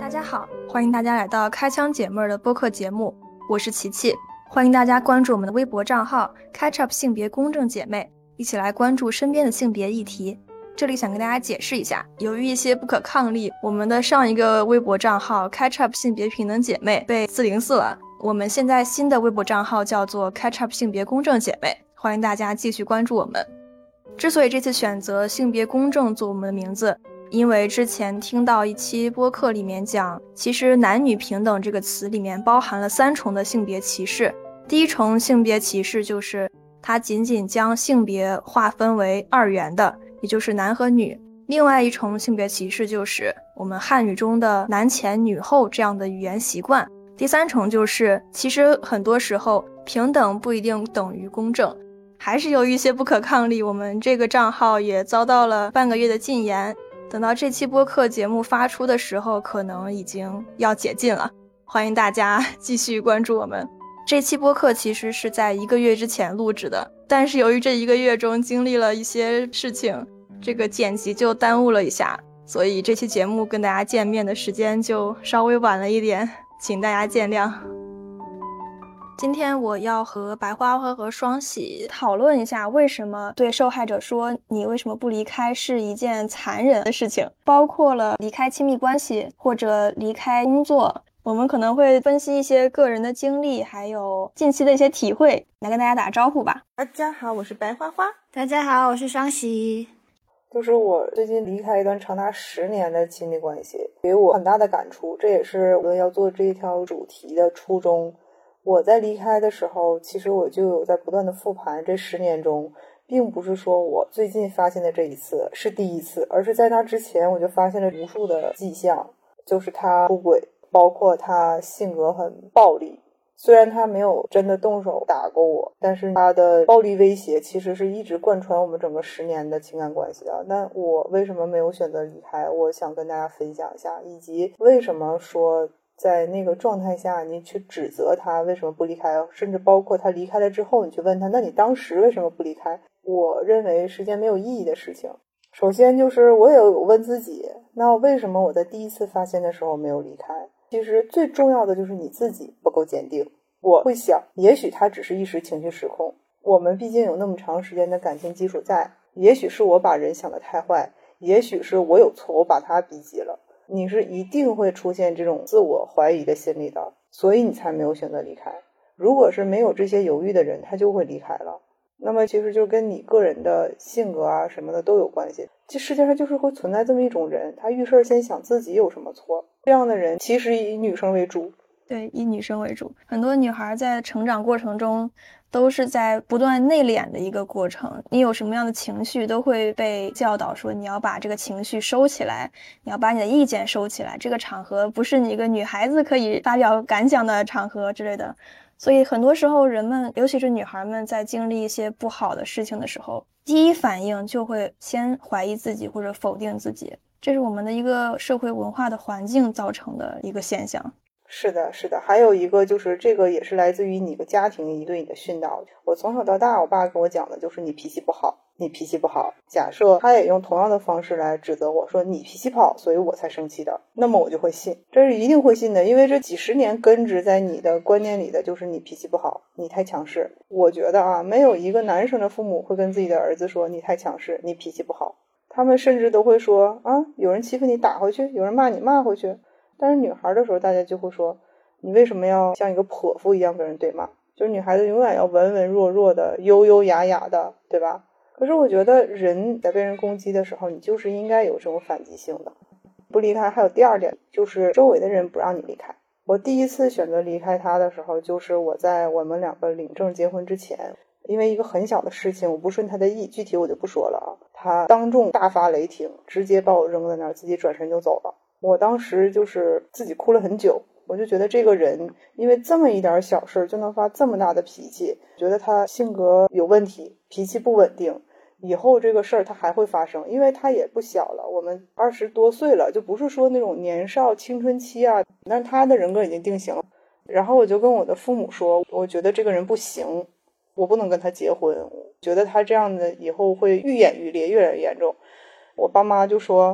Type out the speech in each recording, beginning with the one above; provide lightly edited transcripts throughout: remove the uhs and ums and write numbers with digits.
家好，欢迎大家来到开腔解闷儿的播客节目，我是琪琪，欢迎大家关注我们的微博账号 Catch Up 性别公正姐妹，一起来关注身边的性别议题。这里想跟大家解释一下，由于一些不可抗力，我们的上一个微博账号 Catch Up 性别平等姐妹被404了，我们现在新的微博账号叫做 Catch Up 性别公正姐妹，欢迎大家继续关注我们。之所以这次选择性别公正做我们的名字，因为之前听到一期播客里面讲，其实男女平等这个词里面包含了3重的性别歧视。第一重性别歧视就是它仅仅将性别划分为2元的，也就是男和女。另外一重性别歧视就是我们汉语中的男前女后这样的语言习惯。第3重就是其实很多时候平等不一定等于公正，还是有一些不可抗力，我们这个账号也遭到了半个月的禁言。等到这期播客节目发出的时候，可能已经要解禁了，欢迎大家继续关注我们。这期播客其实是在1个月之前录制的，但是由于这1个月中经历了一些事情，这个剪辑就耽误了一下，所以这期节目跟大家见面的时间就稍微晚了一点，请大家见谅。今天我要和白花花和双喜讨论一下，为什么对受害者说你为什么不离开是一件残忍的事情，包括了离开亲密关系或者离开工作。我们可能会分析一些个人的经历，还有近期的一些体会，来跟大家打招呼吧。 大家好，我是白花花。 大家好，我是双喜。 就是我最近离开一段长达10年的亲密关系，给我很大的感触，这也是我要做这条主题的初衷。我在离开的时候，其实我就有在不断的复盘这10年中，并不是说我最近发现的这一次是第一次，而是在那之前我就发现了无数的迹象，就是他出轨，包括他性格很暴力。虽然他没有真的动手打过我，但是他的暴力威胁其实是一直贯穿我们整个10年的情感关系的。那我为什么没有选择离开，我想跟大家分享一下，以及为什么说在那个状态下你去指责他为什么不离开，甚至包括他离开了之后你去问他，那你当时为什么不离开。我认为是件没有意义的事情。首先就是我也有问自己，那为什么我在第一次发现的时候没有离开。其实最重要的就是你自己不够坚定。我会想，也许他只是一时情绪失控，我们毕竟有那么长时间的感情基础在，也许是我把人想得太坏，也许是我有错，我把他逼急了。你是一定会出现这种自我怀疑的心理的，所以你才没有选择离开。如果是没有这些犹豫的人，他就会离开了。那么其实就跟你个人的性格啊什么的都有关系。这世界上就是会存在这么一种人，他遇事先想自己有什么错，这样的人其实以女生为主。 对，以女生为主。很多女孩在成长过程中都是在不断内敛的一个过程，你有什么样的情绪都会被教导说你要把这个情绪收起来，你要把你的意见收起来，这个场合不是你一个女孩子可以发表感想的场合之类的。所以很多时候人们，尤其是女孩们，在经历一些不好的事情的时候，第一反应就会先怀疑自己或者否定自己，这是我们的一个社会文化的环境造成的一个现象。 是的，是的。还有一个就是这个也是来自于你的家庭对你的训导。我从小到大，我爸跟我讲的就是你脾气不好，你脾气不好。假设他也用同样的方式来指责我说你脾气不好，所以我才生气的，那么我就会信，这是一定会信的，因为这几十年根植在你的观念里的就是你脾气不好，你太强势。我觉得啊，没有一个男生的父母会跟自己的儿子说你太强势，你脾气不好。他们甚至都会说啊，有人欺负你打回去，有人骂你骂回去。但是女孩的时候，大家就会说你为什么要像一个泼妇一样跟人对骂，就是女孩子永远要文文弱弱的，优优雅雅的，对吧？可是我觉得人在被人攻击的时候，你就是应该有这种反击性的。不离开还有第2点，就是周围的人不让你离开。我第一次选择离开他的时候，就是我在我们2个领证结婚之前，因为一个很小的事情，我不顺他的意，具体我就不说了啊。他当众大发雷霆，直接把我扔在那儿，自己转身就走了。我当时就是自己哭了很久，我就觉得这个人因为这么一点小事就能发这么大的脾气，觉得他性格有问题，脾气不稳定，以后这个事儿他还会发生，因为他也不小了，我们20多岁了，就不是说那种年少青春期啊，但是他的人格已经定型了。然后我就跟我的父母说，我觉得这个人不行，我不能跟他结婚，觉得他这样的以后会愈演愈烈，越来越严重。我爸妈就说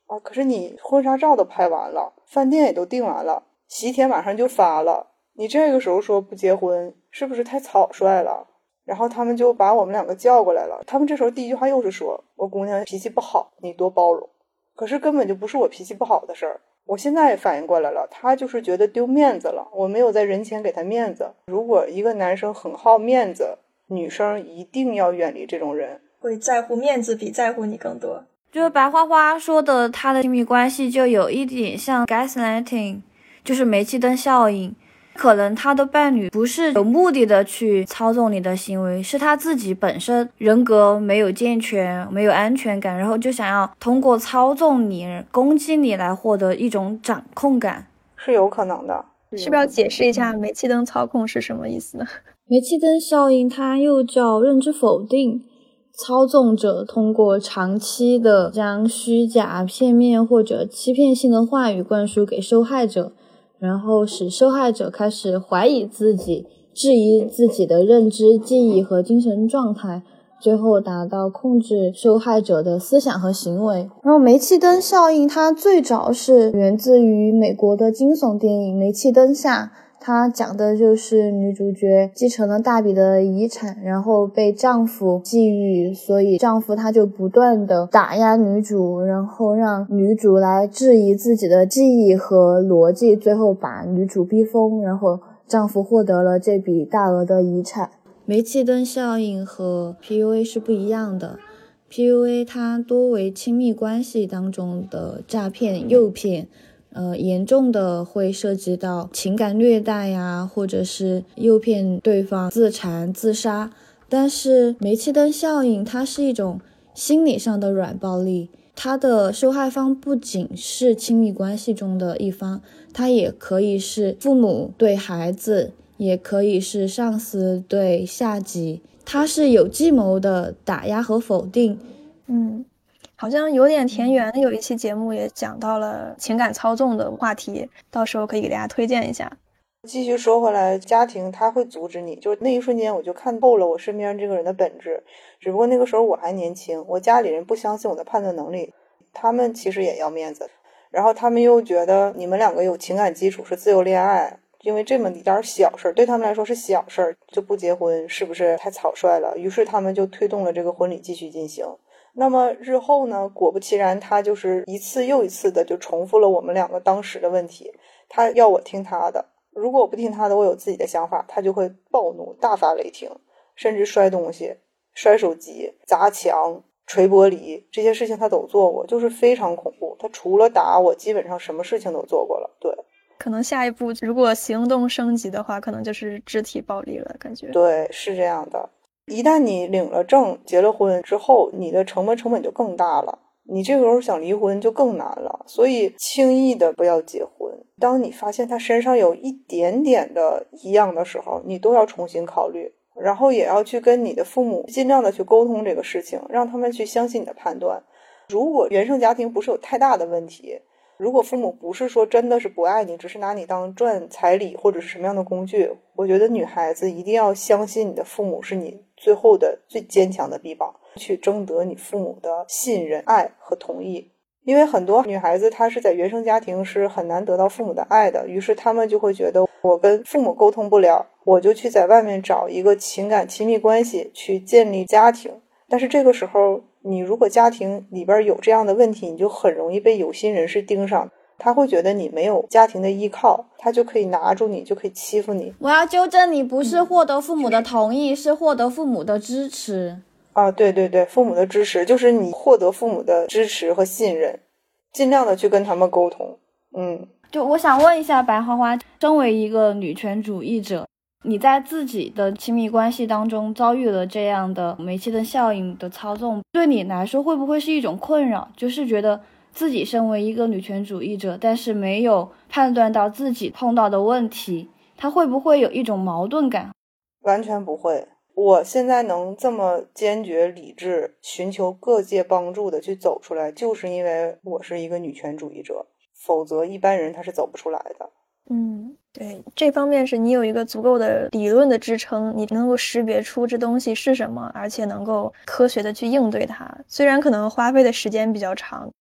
啊，可是你婚纱照都拍完了，饭店也都订完了，喜帖马上就发了，你这个时候说不结婚，是不是太草率了？然后他们就把我们两个叫过来了，他们这时候第一句话又是说我姑娘脾气不好，你多包容。可是根本就不是我脾气不好的事儿，我现在也反应过来了，他就是觉得丢面子了，我没有在人前给他面子。如果一个男生很好面子，女生一定要远离这种人， 会在乎面子比在乎你更多。 就是白花花说的，他的亲密关系就有一点像 gaslighting， 就是煤气灯效应。可能他的伴侣不是有目的的去操纵你的行为，是他自己本身人格没有健全，没有安全感，然后就想要通过操纵你、攻击你来获得一种掌控感， 是有可能的。 是不是要解释一下煤气灯操控是什么意思呢？ 煤气灯效应它又叫认知否定，操纵者通过长期的将虚假、片面或者欺骗性的话语灌输给受害者，然后使受害者开始怀疑自己，质疑自己的认知、记忆和精神状态，最后达到控制受害者的思想和行为。然后煤气灯效应它最早是源自于美国的惊悚电影《煤气灯下》，它讲的就是女主角继承了大笔的遗产，然后被丈夫觊觎，所以丈夫他就不断的打压女主，然后让女主来质疑自己的记忆和逻辑，最后把女主逼疯，然后丈夫获得了这笔大额的遗产。煤气灯效应和 PUA 是不一样的， PUA 它多为亲密关系当中的诈骗、诱骗，严重的会涉及到情感虐待呀，或者是诱骗对方自残自杀。但是煤气灯效应它是一种心理上的软暴力，它的受害方不仅是亲密关系中的一方，它也可以是父母对孩子，也可以是上司对下级，它是有计谋的打压和否定。 好像有点田园有一期节目也讲到了情感操纵的话题，到时候可以给大家推荐一下。 继续说回来，家庭他会阻止你，就那一瞬间我就看透了我身边这个人的本质。只不过那个时候我还年轻，我家里人不相信我的判断能力，他们其实也要面子，然后他们又觉得你们两个有情感基础，是自由恋爱，因为这么一点小事对他们来说是小事，就不结婚是不是太草率了？于是他们就推动了这个婚礼继续进行。那么日后呢，果不其然，他就是一次又一次的就重复了我们两个当时的问题，他要我听他的，如果我不听他的，我有自己的想法，他就会暴怒，大发雷霆，甚至摔东西、摔手机、砸墙、捶玻璃，这些事情他都做过，就是非常恐怖。他除了打我，基本上什么事情都做过了。对， 可能下一步如果行动升级的话，可能就是肢体暴力了，感觉。 对，是这样的。一旦你领了证结了婚之后，你的成本就更大了，你这个时候想离婚就更难了，所以轻易的不要结婚。当你发现他身上有一点点的一样的时候，你都要重新考虑，然后也要去跟你的父母尽量的去沟通这个事情，让他们去相信你的判断。如果原生家庭不是有太大的问题，如果父母不是说真的是不爱你，只是拿你当赚彩礼或者是什么样的工具，我觉得女孩子一定要相信你的父母是你最后的最坚强的臂膀，去争得你父母的信任、爱和同意。因为很多女孩子她是在原生家庭是很难得到父母的爱的，于是她们就会觉得我跟父母沟通不了，我就去在外面找一个情感亲密关系去建立家庭。但是这个时候你如果家庭里边有这样的问题，你就很容易被有心人士盯上，他会觉得你没有家庭的依靠，他就可以拿住你，就可以欺负你。 我要纠正你，不是获得父母的同意，是获得父母的支持。 啊，对对对，父母的支持就是你获得父母的支持和信任，尽量的去跟他们沟通。 就我想问一下白花花，身为一个女权主义者，你在自己的亲密关系当中遭遇了这样的煤气灯效应的操纵，对你来说会不会是一种困扰？就是觉得自己身为一个女权主义者，但是没有判断到自己碰到的问题，它会不会有一种矛盾感？ 完全不会。我现在能这么坚决理智，寻求各界帮助的去走出来，就是因为我是一个女权主义者，否则一般人他是走不出来的。 对，这方面是你有一个足够的理论的支撑，你能够识别出这东西是什么，而且能够科学的去应对它。虽然可能花费的时间比较长，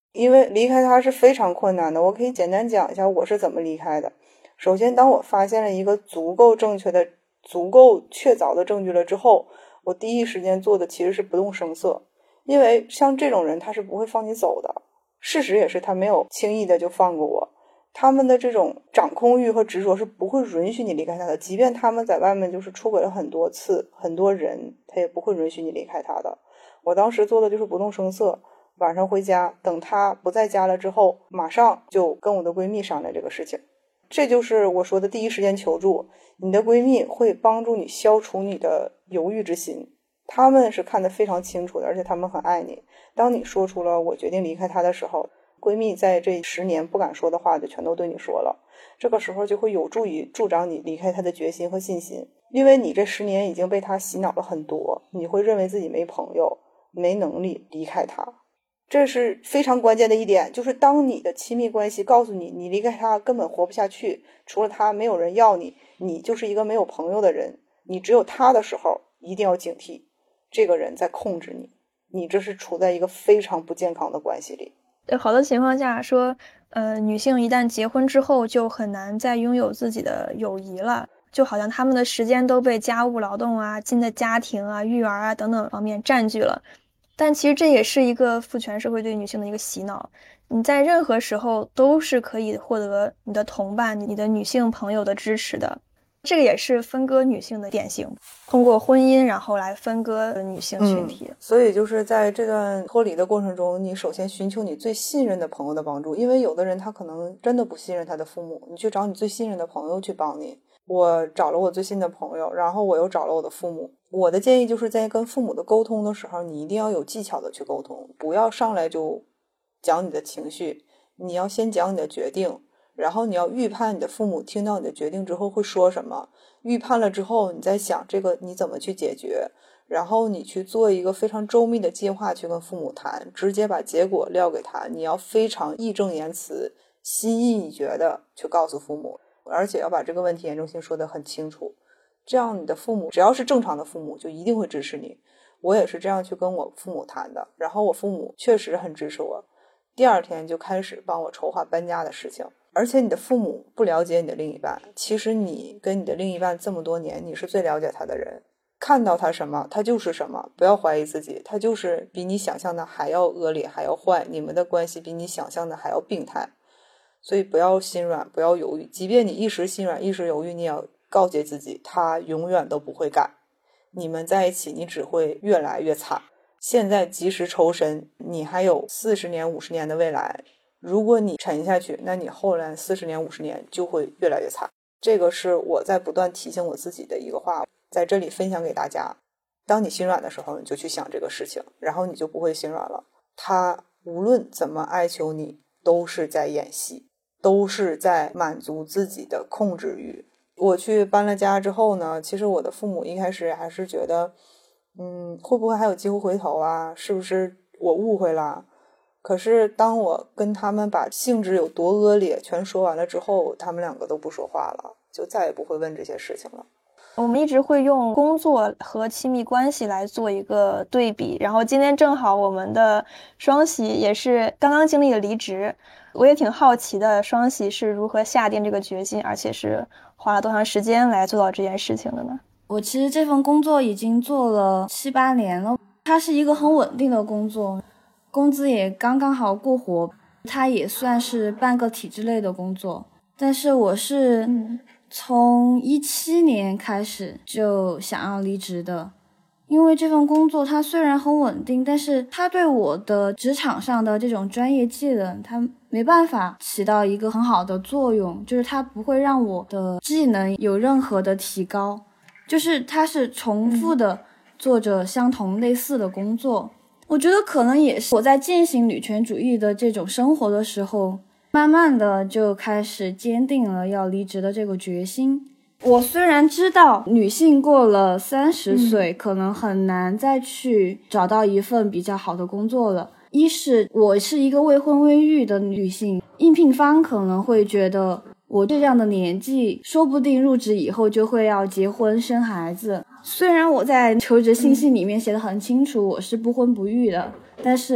因为离开他是非常困难的。我可以简单讲一下我是怎么离开的。首先，当我发现了一个足够正确的、足够确凿的证据了之后，我第一时间做的其实是不动声色。因为像这种人他是不会放你走的，事实也是他没有轻易的就放过我。他们的这种掌控欲和执着是不会允许你离开他的，即便他们在外面就是出轨了很多次，很多人，他也不会允许你离开他的。我当时做的就是不动声色，晚上回家，等他不在家了之后，马上就跟我的闺蜜商量这个事情。这就是我说的第一时间求助，你的闺蜜会帮助你消除你的犹豫之心，他们是看得非常清楚的，而且他们很爱你。当你说出了我决定离开他的时候，闺蜜在这10年不敢说的话就全都对你说了，这个时候就会有助于助长你离开他的决心和信心。因为你这10年已经被他洗脑了很多，你会认为自己没朋友，没能力离开他。这是非常关键的一点，就是当你的亲密关系告诉你，你离开他根本活不下去，除了他没有人要你，你就是一个没有朋友的人，你只有他的时候，一定要警惕，这个人在控制你，你这是处在一个非常不健康的关系里。 好多情况下说，女性一旦结婚之后就很难再拥有自己的友谊了，就好像她们的时间都被家务劳动啊、新的家庭啊、育儿啊等等方面占据了。但其实这也是一个父权社会对女性的一个洗脑，你在任何时候都是可以获得你的同伴、你的女性朋友的支持的。这个也是分割女性的典型，通过婚姻然后来分割女性群体。 所以就是在这段脱离的过程中，你首先寻求你最信任的朋友的帮助，因为有的人他可能真的不信任他的父母，你去找你最信任的朋友去帮你。我找了我最信的朋友，然后我又找了我的父母。我的建议就是在跟父母的沟通的时候，你一定要有技巧的去沟通，不要上来就讲你的情绪，你要先讲你的决定，然后你要预判你的父母听到你的决定之后会说什么，预判了之后你再想这个你怎么去解决，然后你去做一个非常周密的计划去跟父母谈，直接把结果撂给他，你要非常义正言辞、心意已决的去告诉父母，而且要把这个问题严重性说得很清楚，这样你的父母只要是正常的父母就一定会支持你。我也是这样去跟我父母谈的，然后我父母确实很支持我，第2天就开始帮我筹划搬家的事情。而且你的父母不了解你的另一半，其实你跟你的另一半这么多年，你是最了解他的人，看到他什么他就是什么，不要怀疑自己，他就是比你想象的还要恶劣还要坏，你们的关系比你想象的还要病态。所以不要心软，不要犹豫，即便你一时心软一时犹豫，你也要告诫自己他永远都不会改，你们在一起你只会越来越惨。现在及时抽身，你还有40年50年的未来，如果你沉下去，那你后来40年50年就会越来越惨。这个是我在不断提醒我自己的一个话，在这里分享给大家。当你心软的时候，你就去想这个事情，然后你就不会心软了。他无论怎么哀求你，都是在演戏，都是在满足自己的控制欲。我去搬了家之后呢，其实我的父母一开始还是觉得会不会还有机会回头啊，是不是我误会了。可是当我跟他们把性质有多恶劣全说完了之后，他们2个都不说话了，就再也不会问这些事情了。 我们一直会用工作和亲密关系来做一个对比，然后今天正好我们的双喜也是刚刚经历了离职，我也挺好奇的，双喜是如何下定这个决心，而且是花了多长时间来做到这件事情的呢？ 我其实这份工作已经做了7、8年了，它是一个很稳定的工作，工资也刚刚好过活，它也算是半个体制类的工作。但是我是从17年开始就想要离职的，因为这份工作它虽然很稳定，但是它对我的职场上的这种专业技能它没办法起到一个很好的作用，就是它不会让我的技能有任何的提高，就是它是重复的做着相同类似的工作。我觉得可能也是我在践行女权主义的这种生活的时候，慢慢的就开始坚定了要离职的这个决心。我虽然知道女性过了30岁可能很难再去找到一份比较好的工作了，一是我是一个未婚未育的女性，应聘方可能会觉得我这样的年纪说不定入职以后就会要结婚生孩子。虽然我在求职信息里面写得很清楚我是不婚不育的，但是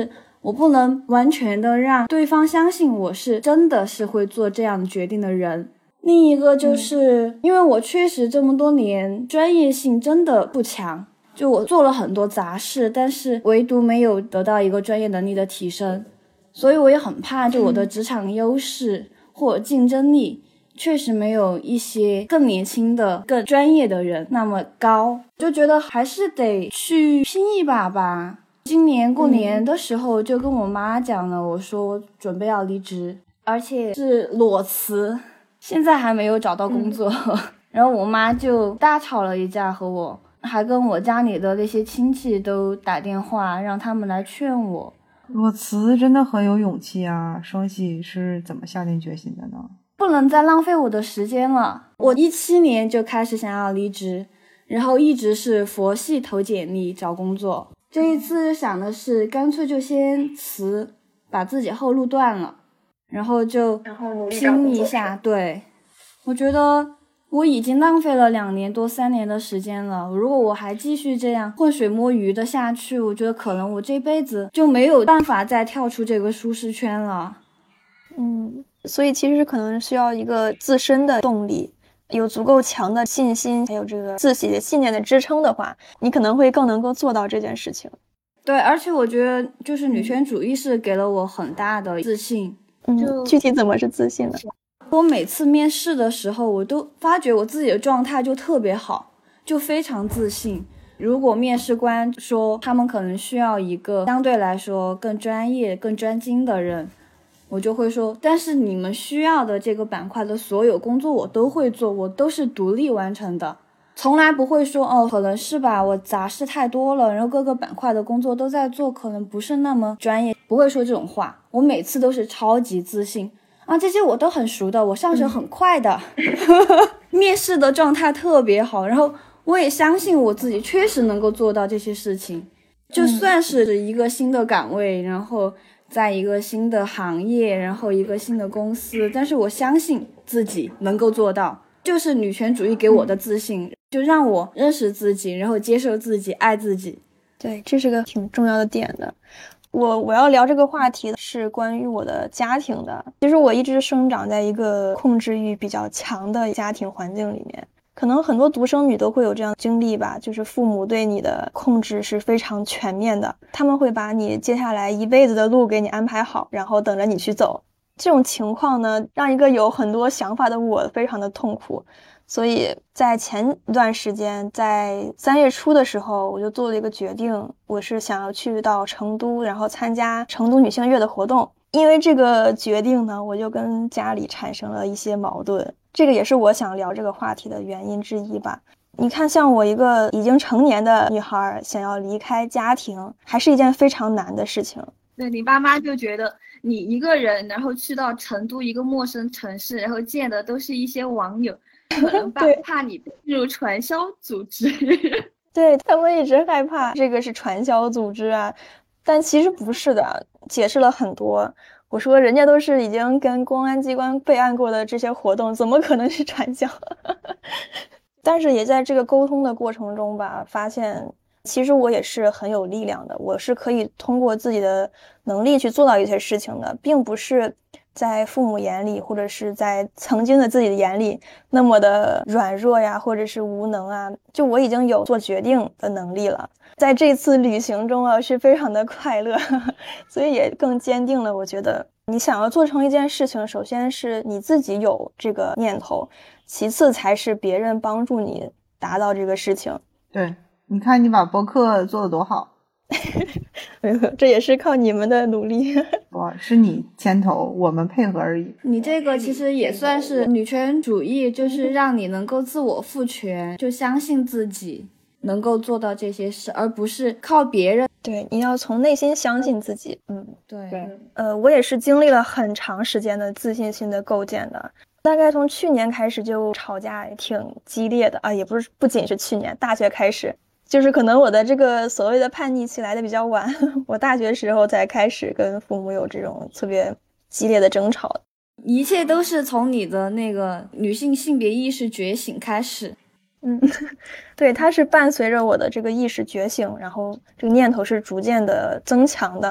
我不能完全的让对方相信我是真的是会做这样决定的人。另一个就是因为我确实这么多年专业性真的不强，就我做了很多杂事，但是唯独没有得到一个专业能力的提升，所以我也很怕就我的职场优势或者竞争力确实没有一些更年轻的更专业的人那么高，就觉得还是得去拼一把吧。今年过年的时候就跟我妈讲了，我说我准备要离职，而且是裸辞，现在还没有找到工作然后我妈就大吵了一架，和我还跟我家里的那些亲戚都打电话让他们来劝我。 裸辞真的很有勇气啊，双喜是怎么下定决心的呢？ 不能再浪费我的时间了，我17年就开始想要离职，然后一直是佛系投简历找工作，这一次想的是干脆就先辞，把自己后路断了，然后就拼一下。对，我觉得我已经浪费了2年多3年的时间了，如果我还继续这样浑水摸鱼的下去，我觉得可能我这辈子就没有办法再跳出这个舒适圈了。 所以其实可能需要一个自身的动力，有足够强的信心，还有这个自己的信念的支撑的话，你可能会更能够做到这件事情。 对，而且我觉得就是女权主义是给了我很大的自信。 具体怎么是自信呢？ 我每次面试的时候，我都发觉我自己的状态就特别好，就非常自信。如果面试官说他们可能需要一个相对来说更专业更专精的人，我就会说，但是你们需要的这个板块的所有工作我都会做，我都是独立完成的，从来不会说可能是吧，我杂事太多了，然后各个板块的工作都在做，可能不是那么专业，不会说这种话。我每次都是超级自信啊，这些我都很熟的，我上手很快的面试的状态特别好，然后我也相信我自己确实能够做到这些事情。就算是一个新的岗位，然后在一个新的行业，然后一个新的公司，但是我相信自己能够做到，就是女权主义给我的自信，就让我认识自己，然后接受自己，爱自己。 对，这是个挺重要的点的。我要聊这个话题是关于我的家庭的。其实我一直生长在一个控制欲比较强的家庭环境里面，可能很多独生女都会有这样经历吧，就是父母对你的控制是非常全面的，他们会把你接下来一辈子的路给你安排好，然后等着你去走。这种情况呢，让一个有很多想法的我非常的痛苦。所以在前一段时间，在3月初的时候，我就做了一个决定，我是想要去到成都，然后参加成都女性月的活动。因为这个决定呢，我就跟家里产生了一些矛盾，这个也是我想聊这个话题的原因之一吧。你看，像我一个已经成年的女孩，想要离开家庭，还是一件非常难的事情。 对，你爸妈就觉得你一个人，然后去到成都一个陌生城市，然后见的都是一些网友，可能怕你进入传销组织。 对，他们一直害怕这个是传销组织啊，但其实不是的，解释了很多。我说人家都是已经跟公安机关备案过的这些活动，怎么可能是传销？但是也在这个沟通的过程中吧，发现其实我也是很有力量的，我是可以通过自己的能力去做到一些事情的，并不是在父母眼里，或者是在曾经的自己的眼里那么的软弱呀，或者是无能啊。就我已经有做决定的能力了，在这次旅行中啊，是非常的快乐，所以也更坚定了。我觉得你想要做成一件事情，首先是你自己有这个念头，其次才是别人帮助你达到这个事情。 对，你看你把播客做得多好。 没有，这也是靠你们的努力。 不是你牵头，我们配合而已。 你这个其实也算是女权主义，就是让你能够自我赋权，就相信自己能够做到这些事，而不是靠别人。 对，你要从内心相信自己。 对。 我也是经历了很长时间的自信心的构建的，大概从去年开始就吵架也挺激烈的啊，也不仅是去年，大学开始。就是可能我的这个所谓的叛逆期来的比较晚，我大学时候才开始跟父母有这种特别激烈的争吵。 一切都是从你的那个女性性别意识觉醒开始。 对，它是伴随着我的这个意识觉醒，然后这个念头是逐渐的增强的。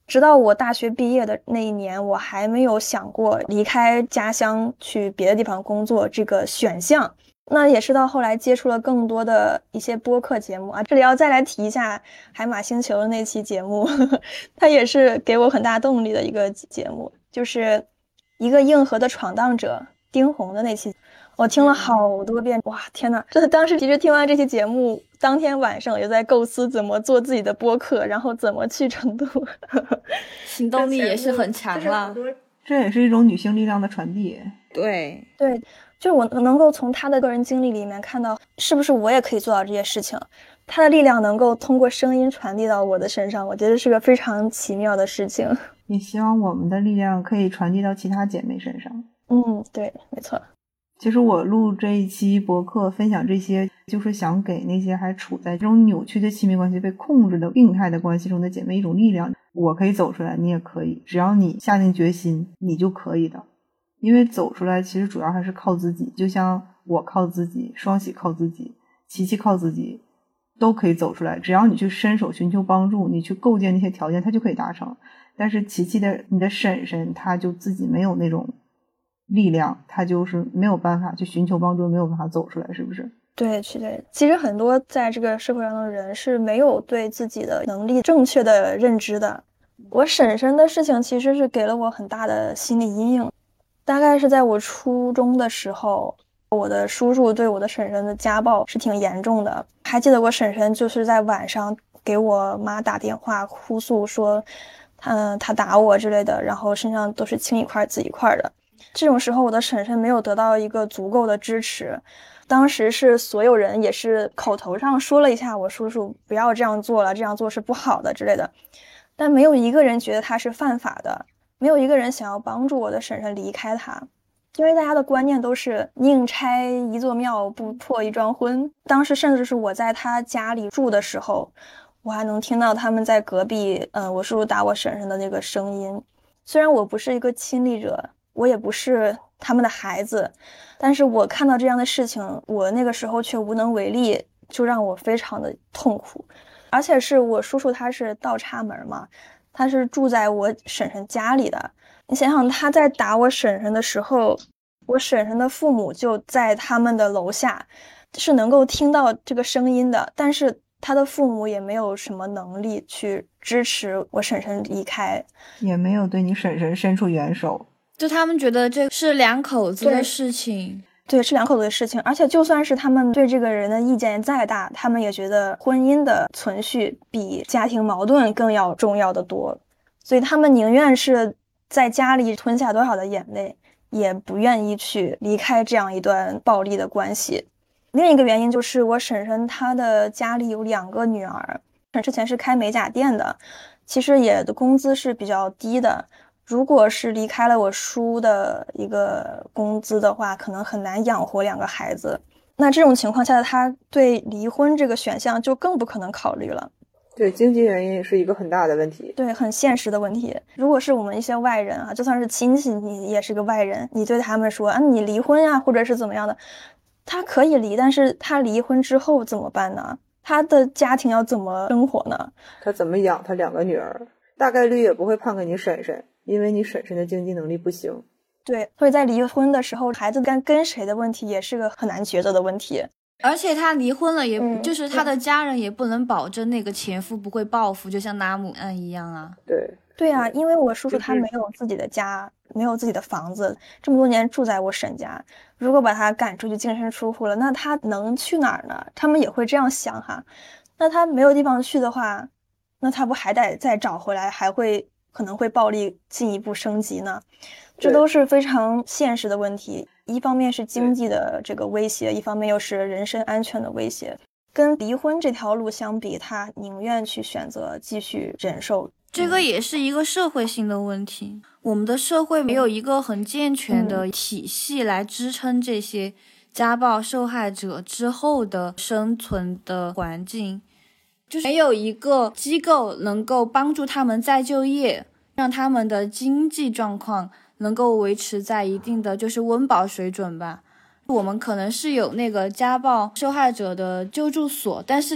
直到我大学毕业的那一年，我还没有想过离开家乡去别的地方工作这个选项。那也是到后来接触了更多的一些播客节目啊，这里要再来提一下海马星球的那期节目，它也是给我很大动力的一个节目，就是一个硬核的闯荡者丁红的那期，我听了好多遍，哇，天呐，这当时其实听完这期节目，当天晚上我就在构思怎么做自己的播客，然后怎么去成都， 行动力也是很强了。 这也是一种女性力量的传递。 对， 就是我能够从他的个人经历里面看到，是不是我也可以做到这些事情？他的力量能够通过声音传递到我的身上，我觉得是个非常奇妙的事情。 也希望我们的力量可以传递到其他姐妹身上。 对，没错。 其实我录这一期博客分享这些，就是想给那些还处在这种扭曲的亲密关系、被控制的病态的关系中的姐妹一种力量。我可以走出来，你也可以，只要你下定决心，你就可以的。因为走出来其实主要还是靠自己，就像我靠自己，双喜靠自己，琪琪靠自己，都可以走出来。只要你去伸手寻求帮助，你去构建那些条件，它就可以达成。但是琪琪你的婶婶，她就自己没有那种力量，她就是没有办法去寻求帮助，没有办法走出来，是不是？ 对，是的。其实很多在这个社会上的人是没有对自己的能力正确的认知的。我婶婶的事情其实是给了我很大的心理阴影。大概是在我初中的时候，我的叔叔对我的婶婶的家暴是挺严重的。还记得我婶婶就是在晚上给我妈打电话哭诉说，他打我之类的，然后身上都是青一块紫一块的。这种时候，我的婶婶没有得到一个足够的支持。当时是所有人也是口头上说了一下我叔叔不要这样做了，这样做是不好的之类的，但没有一个人觉得他是犯法的。没有一个人想要帮助我的婶婶离开他，因为大家的观念都是宁拆一座庙不破一桩婚。当时甚至是我在他家里住的时候，我还能听到他们在隔壁我叔叔打我婶婶的那个声音。虽然我不是一个亲历者，我也不是他们的孩子，但是我看到这样的事情，我那个时候却无能为力，就让我非常的痛苦。而且是我叔叔他是倒插门嘛，他是住在我婶婶家里的。你想想，他在打我婶婶的时候，我婶婶的父母就在他们的楼下，是能够听到这个声音的，但是他的父母也没有什么能力去支持我婶婶离开， 也没有对你婶婶伸出援手， 就他们觉得这是两口子的事情。 对，是两口子的事情。而且就算是他们对这个人的意见再大，他们也觉得婚姻的存续比家庭矛盾更要重要的多，所以他们宁愿是在家里吞下多少的眼泪，也不愿意去离开这样一段暴力的关系。另一个原因就是我婶婶她的家里有2个女儿，之前是开美甲店的，其实也的工资是比较低的。如果是离开了我叔的一个工资的话，可能很难养活2个孩子。那这种情况下，他对离婚这个选项就更不可能考虑了。 对，经济原因也是一个很大的问题。 对，很现实的问题。如果是我们一些外人啊，就算是亲戚，你也是个外人，你对他们说啊，你离婚呀，或者是怎么样的，他可以离，但是他离婚之后怎么办呢？他的家庭要怎么生活呢？ 他怎么养他2个女儿？大概率也不会判给你婶婶，因为你婶婶的经济能力不行。 对，所以在离婚的时候，孩子跟谁的问题也是个很难抉择的问题。 而且他离婚了也，就是他的家人也不能保证那个前夫不会报复，就像拉姆案一样啊。 对啊，因为我叔叔他没有自己的家，没有自己的房子，这么多年住在我婶家，如果把他赶出去净身出户了，那他能去哪儿呢？他们也会这样想哈。那他没有地方去的话，那他不还得再找回来，还会可能会暴力进一步升级呢？这都是非常现实的问题。一方面是经济的这个威胁，一方面又是人身安全的威胁。跟离婚这条路相比，他宁愿去选择继续忍受。 这个也是一个社会性的问题，我们的社会没有一个很健全的体系来支撑这些家暴受害者之后的生存的环境，就是没有一个机构能够帮助他们再就业，让他们的经济状况能够维持在一定的就是温饱水准吧。我们可能是有那个家暴受害者的救助所，但是你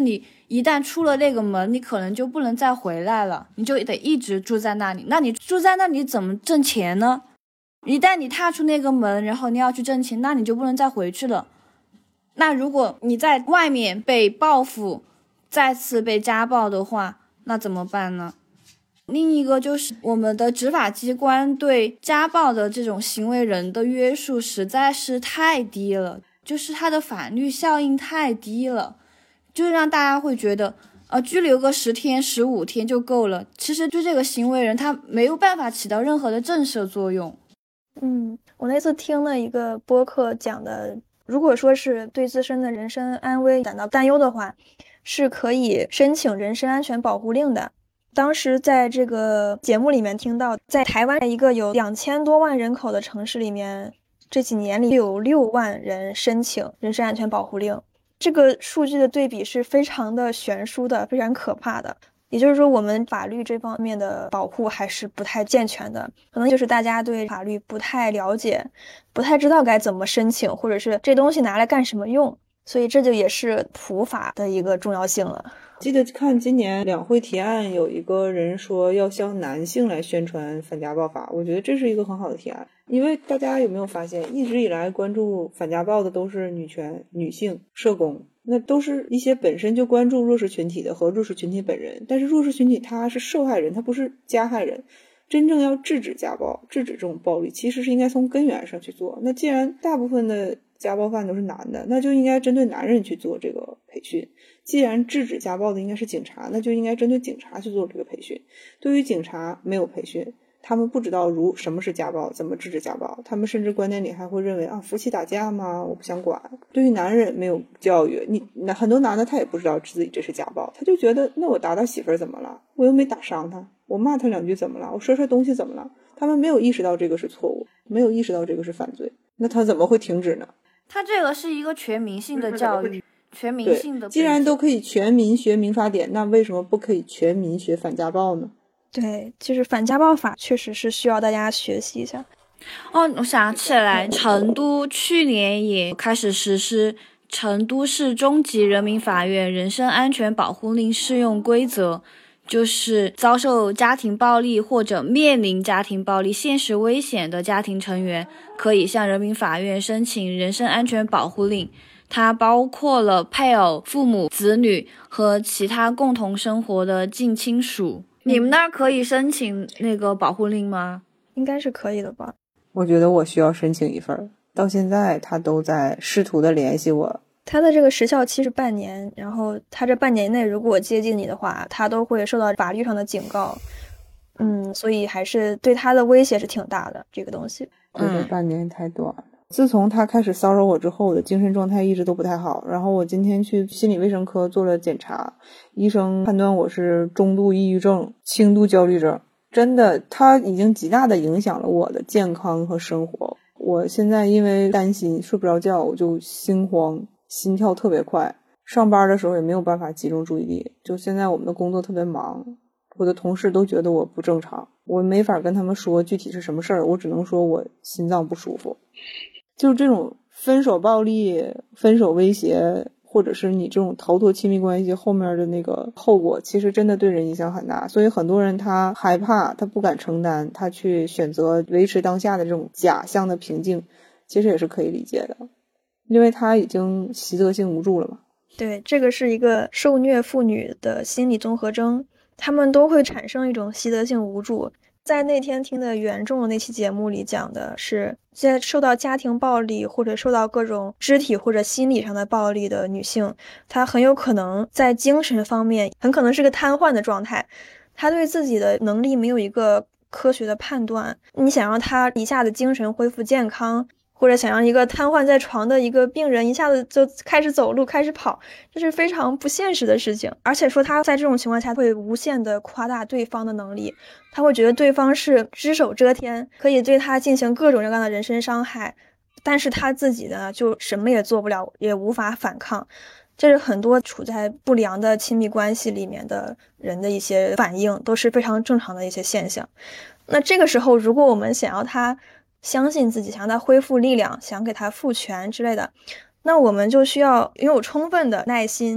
一旦出了那个门，你可能就不能再回来了，你就得一直住在那里。那你住在那里怎么挣钱呢？一旦你踏出那个门，然后你要去挣钱，那你就不能再回去了。那如果你在外面被报复，再次被家暴的话，那怎么办呢？另一个就是我们的执法机关对家暴的这种行为人的约束实在是太低了，就是它的法律效应太低了，就让大家会觉得拘留个10天15天就够了。其实对这个行为人他没有办法起到任何的震慑作用。 我那次听了一个播客讲的，如果说是对自身的人身安危感到担忧的话，是可以申请人身安全保护令的。当时在这个节目里面听到，在台湾一个有2000多万人口的城市里面，这几年里有6万人申请人身安全保护令。这个数据的对比是非常的悬殊的，非常可怕的。也就是说，我们法律这方面的保护还是不太健全的，可能就是大家对法律不太了解，不太知道该怎么申请，或者是这东西拿来干什么用，所以这就也是普法的一个重要性了。 记得看今年两会提案，有一个人说要向男性来宣传反家暴法，我觉得这是一个很好的提案。因为大家有没有发现，一直以来关注反家暴的都是女权、女性、社工，那都是一些本身就关注弱势群体的和弱势群体本人，但是弱势群体他是受害人，他不是加害人。真正要制止家暴，制止这种暴力，其实是应该从根源上去做。那既然大部分的家暴犯都是男的，那就应该针对男人去做这个培训。既然制止家暴的应该是警察，那就应该针对警察去做这个培训。对于警察没有培训，他们不知道什么是家暴，怎么制止家暴，他们甚至观念里还会认为夫妻打架吗？我不想管。对于男人没有教育，很多男的他也不知道自己这是家暴，他就觉得那我打打媳妇儿怎么了？我又没打伤他，我骂他2句怎么了？我摔东西怎么了？他们没有意识到这个是错误，没有意识到这个是犯罪，那他怎么会停止呢？ 他这个是一个全民性的教育，全民性的。 既然都可以全民学民法典，那为什么不可以全民学反家暴呢？ 对，就是反家暴法确实是需要大家学习一下。 我想起来，成都去年也开始实施成都市中级人民法院人身安全保护令适用规则，就是遭受家庭暴力或者面临家庭暴力现实危险的家庭成员可以向人民法院申请人身安全保护令，它包括了配偶、父母、子女和其他共同生活的近亲属。你们那儿可以申请那个保护令吗？ 应该是可以的吧。 我觉得我需要申请一份，到现在他都在试图的联系我。 他的这个时效期是半年，然后他这半年内如果接近你的话，他都会受到法律上的警告。所以还是对他的威胁是挺大的，这个东西。 觉得半年太短了。自从他开始骚扰我之后，我的精神状态一直都不太好。然后我今天去心理卫生科做了检查，医生判断我是中度抑郁症、轻度焦虑症。真的，它已经极大的影响了我的健康和生活。我现在因为担心睡不着觉，我就心慌，心跳特别快，上班的时候也没有办法集中注意力。就现在我们的工作特别忙，我的同事都觉得我不正常，我没法跟他们说具体是什么事儿，我只能说我心脏不舒服。就是这种分手暴力、分手威胁，或者是你这种逃脱亲密关系后面的那个后果，其实真的对人影响很大。所以很多人他害怕，他不敢承担，他去选择维持当下的这种假象的平静，其实也是可以理解的，因为他已经习得性无助了嘛。 对，这个是一个受虐妇女的心理综合征，他们都会产生一种习得性无助。在那天听的原众的那期节目里讲的是，在受到家庭暴力或者受到各种肢体或者心理上的暴力的女性，她很有可能在精神方面很可能是个瘫痪的状态，她对自己的能力没有一个科学的判断。你想让她一下子精神恢复健康，或者想让一个瘫痪在床的一个病人一下子就开始走路开始跑，这是非常不现实的事情。而且说他在这种情况下会无限的夸大对方的能力，他会觉得对方是只手遮天，可以对他进行各种各样的人身伤害，但是他自己呢就什么也做不了，也无法反抗。这是很多处在不良的亲密关系里面的人的一些反应，都是非常正常的一些现象。那这个时候如果我们想要他相信自己，想让他恢复力量，想给他复权之类的，那我们就需要拥有充分的耐心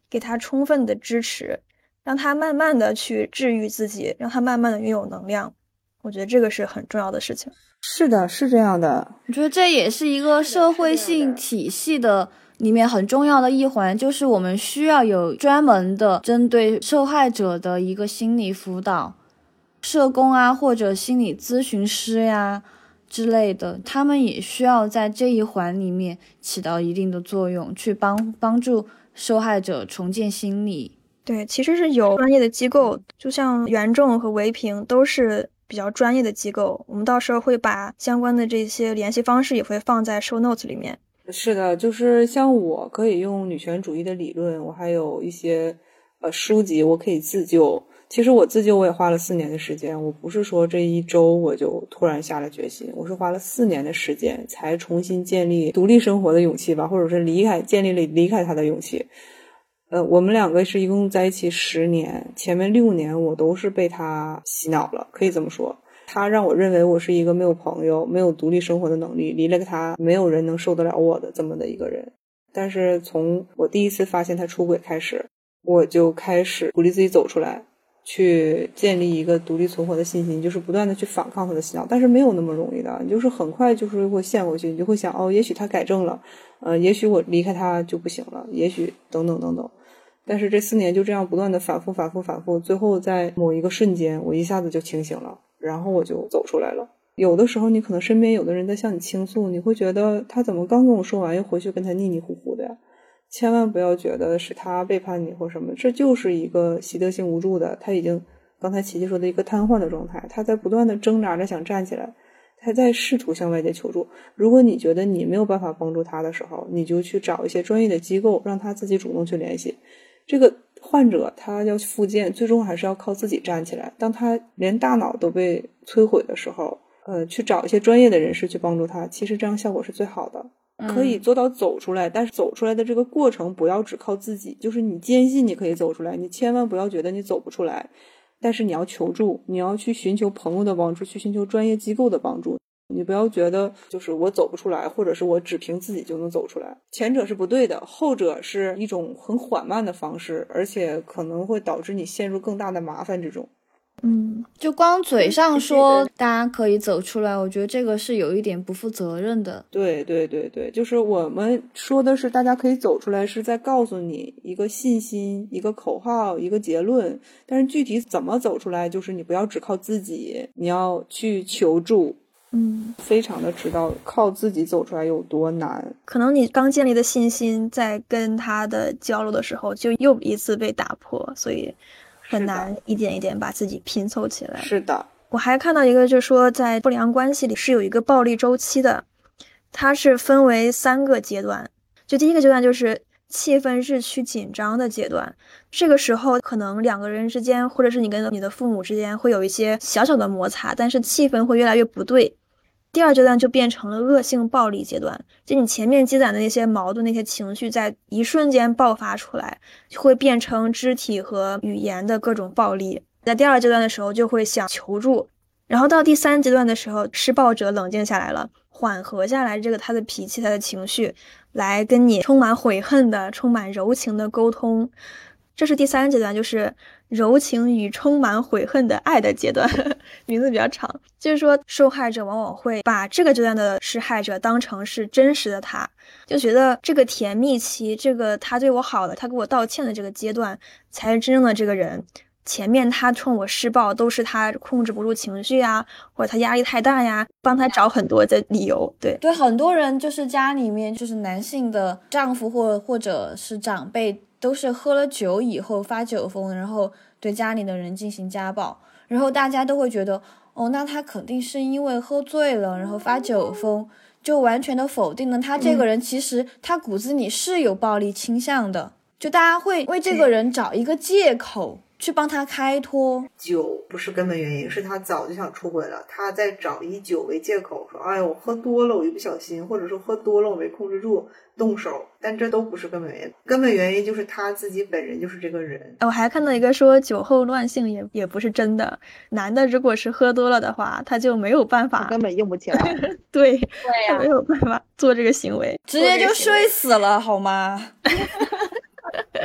给他充分的支持，让他慢慢的去治愈自己，让他慢慢的拥有能量。我觉得这个是很重要的事情。 是的，是这样的。 我觉得这也是一个社会性体系的里面很重要的一环，就是我们需要有专门的针对受害者的一个心理辅导，社工啊或者心理咨询师呀之类的，他们也需要在这一环里面起到一定的作用，去帮助受害者重建心理。 对，其实是有专业的机构，就像袁仲和唯平都是比较专业的机构，我们到时候会把相关的这些联系方式也会放在 show notes 里面。 是的，就是像我可以用女权主义的理论，我还有一些书籍我可以自救。其实我自救我也花了4年的时间，我不是说这一周我就突然下了决心，我是花了4年的时间才重新建立独立生活的勇气吧，或者是建立了离开他的勇气。我们2个是一共在一起10年，前面6年我都是被他洗脑了，可以这么说。他让我认为我是一个没有朋友、没有独立生活的能力，离了他没有人能受得了我的这么的一个人。但是从我第一次发现他出轨开始，我就开始鼓励自己走出来，去建立一个独立存活的信心，就是不断的去反抗他的洗脑。但是没有那么容易的，你就是很快就是会陷过去，你就会想也许他改正了，也许我离开他就不行了，也许等等等等。但是这4年就这样不断的反复，最后在某一个瞬间我一下子就清醒了，然后我就走出来了。有的时候你可能身边有的人在向你倾诉，你会觉得他怎么刚跟我说完又回去跟他腻腻糊糊的呀？千万不要觉得是他背叛你或什么，这就是一个习得性无助的，他已经刚才琪琪说的一个瘫痪的状态，他在不断的挣扎着想站起来，他在试图向外界求助。如果你觉得你没有办法帮助他的时候，你就去找一些专业的机构，让他自己主动去联系。这个患者他要复健，最终还是要靠自己站起来。当他连大脑都被摧毁的时候，去找一些专业的人士去帮助他，其实这样效果是最好的，可以做到走出来。但是走出来的这个过程不要只靠自己，就是你坚信你可以走出来，你千万不要觉得你走不出来，但是你要求助，你要去寻求朋友的帮助，去寻求专业机构的帮助。你不要觉得就是我走不出来，或者是我只凭自己就能走出来，前者是不对的，后者是一种很缓慢的方式，而且可能会导致你陷入更大的麻烦之中。 就光嘴上说大家可以走出来，我觉得这个是有一点不负责任的。 对，就是我们说的是大家可以走出来，是在告诉你一个信心、一个口号、一个结论，但是具体怎么走出来，就是你不要只靠自己，你要去求助。非常的知道靠自己走出来有多难。 可能你刚建立的信心在跟他的交流的时候就又一次被打破，所以很难一点一点把自己拼凑起来。 是的， 我还看到一个就是说在不良关系里是有一个暴力周期的，它是分为3个阶段。就第一个阶段就是气氛日趋紧张的阶段，这个时候可能2个人之间或者是你跟你的父母之间会有一些小小的摩擦，但是气氛会越来越不对。第2阶段就变成了恶性暴力阶段，就你前面积攒的那些矛盾那些情绪在一瞬间爆发出来，会变成肢体和语言的各种暴力。在第2阶段的时候就会想求助，然后到第3阶段的时候，施暴者冷静下来了，缓和下来这个他的脾气他的情绪，来跟你充满悔恨的充满柔情的沟通。这是第3阶段，就是柔情与充满悔恨的爱的阶段名字比较长。就是说受害者往往会把这个阶段的施害者当成是真实的他，就觉得这个甜蜜期，这个他对我好了，他给我道歉的这个阶段才是真正的这个人，前面他冲我施暴都是他控制不住情绪啊，或者他压力太大呀，帮他找很多的理由。对， 很多人就是家里面就是男性的丈夫或者是长辈都是喝了酒以后发酒疯，然后对家里的人进行家暴，然后大家都会觉得那他肯定是因为喝醉了然后发酒疯，就完全的否定了他这个人其实他骨子里是有暴力倾向的，就大家会为这个人找一个借口去帮他开脱。 酒不是根本原因，是他早就想出轨了，他在找以酒为借口说我喝多了我一不小心，或者说喝多了我没控制住动手，但这都不是根本原因，根本原因就是他自己本人就是这个人。 我还看到一个说酒后乱性也不是真的，男的如果是喝多了的话他就没有办法， 根本硬不起来对他没有办法做这个行为， 直接就睡死了好吗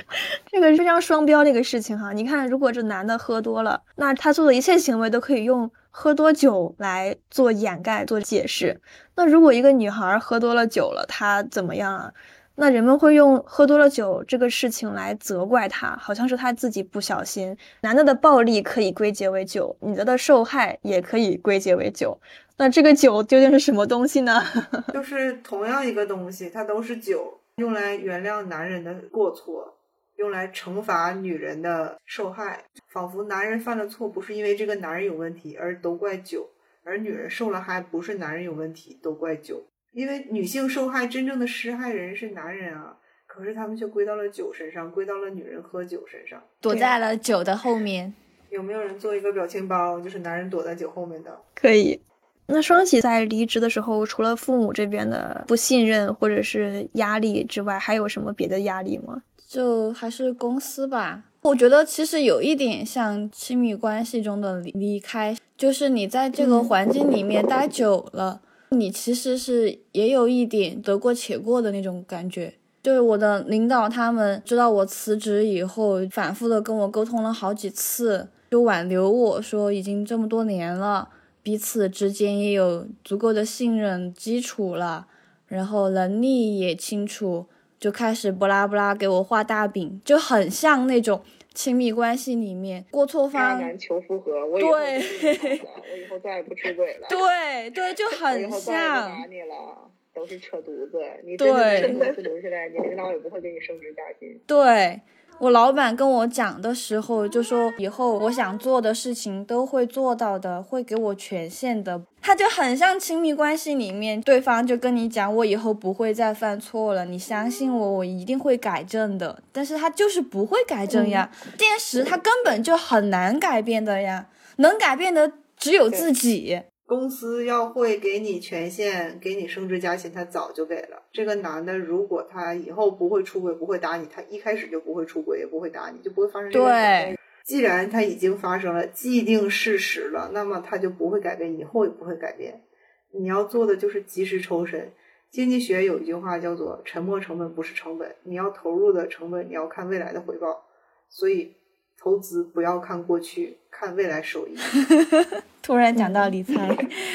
这个非常双标的一个事情哈。你看，如果这男的喝多了，那他做的一切行为都可以用喝多酒来做掩盖、做解释。那如果一个女孩喝多了酒了，她怎么样啊？那人们会用喝多了酒这个事情来责怪他，好像是他自己不小心。男的的暴力可以归结为酒，女的的受害也可以归结为酒。那这个酒究竟是什么东西呢？ 就是同样一个东西，它都是酒，用来原谅男人的过错，用来惩罚女人的受害，仿佛男人犯了错不是因为这个男人有问题而都怪酒，而女人受了害不是男人有问题都怪酒。因为女性受害真正的施害人是男人啊，可是他们却归到了酒身上，归到了女人喝酒身上， 躲在了酒的后面。 有没有人做一个表情包，就是男人躲在酒后面的？ 可以。那双喜在离职的时候，除了父母这边的不信任或者是压力之外，还有什么别的压力吗？ 就还是公司吧。我觉得其实有一点像亲密关系中的离开，就是你在这个环境里面待久了，你其实是也有一点得过且过的那种感觉。就是我的领导他们知道我辞职以后，反复的跟我沟通了好几次，就挽留我说已经这么多年了，彼此之间也有足够的信任基础了，然后能力也清楚，就开始不拉不拉给我画大饼，就很像那种亲密关系里面过错方渣男求复合，我以后再也不出轨了， 对，就很像，我以后再也不打你了，都是扯犊子，你真的是留下来，你领导也不会给你升职加薪。 对，我老板跟我讲的时候就说以后我想做的事情都会做到的，会给我权限的。他就很像亲密关系里面对方就跟你讲我以后不会再犯错了，你相信我，我一定会改正的，但是他就是不会改正呀。现实他根本就很难改变的呀，能改变的只有自己。 公司要会给你权限，给你升职加薪，他早就给了。这个男的如果他以后不会出轨，不会打你，他一开始就不会出轨，也不会打你，就不会发生这个事情。既然他已经发生了，既定事实了，那么他就不会改变，以后也不会改变。你要做的就是及时抽身。经济学有一句话叫做沉没成本不是成本，你要投入的成本，你要看未来的回报。所以投资不要看过去，看未来收益。 突然讲到理财。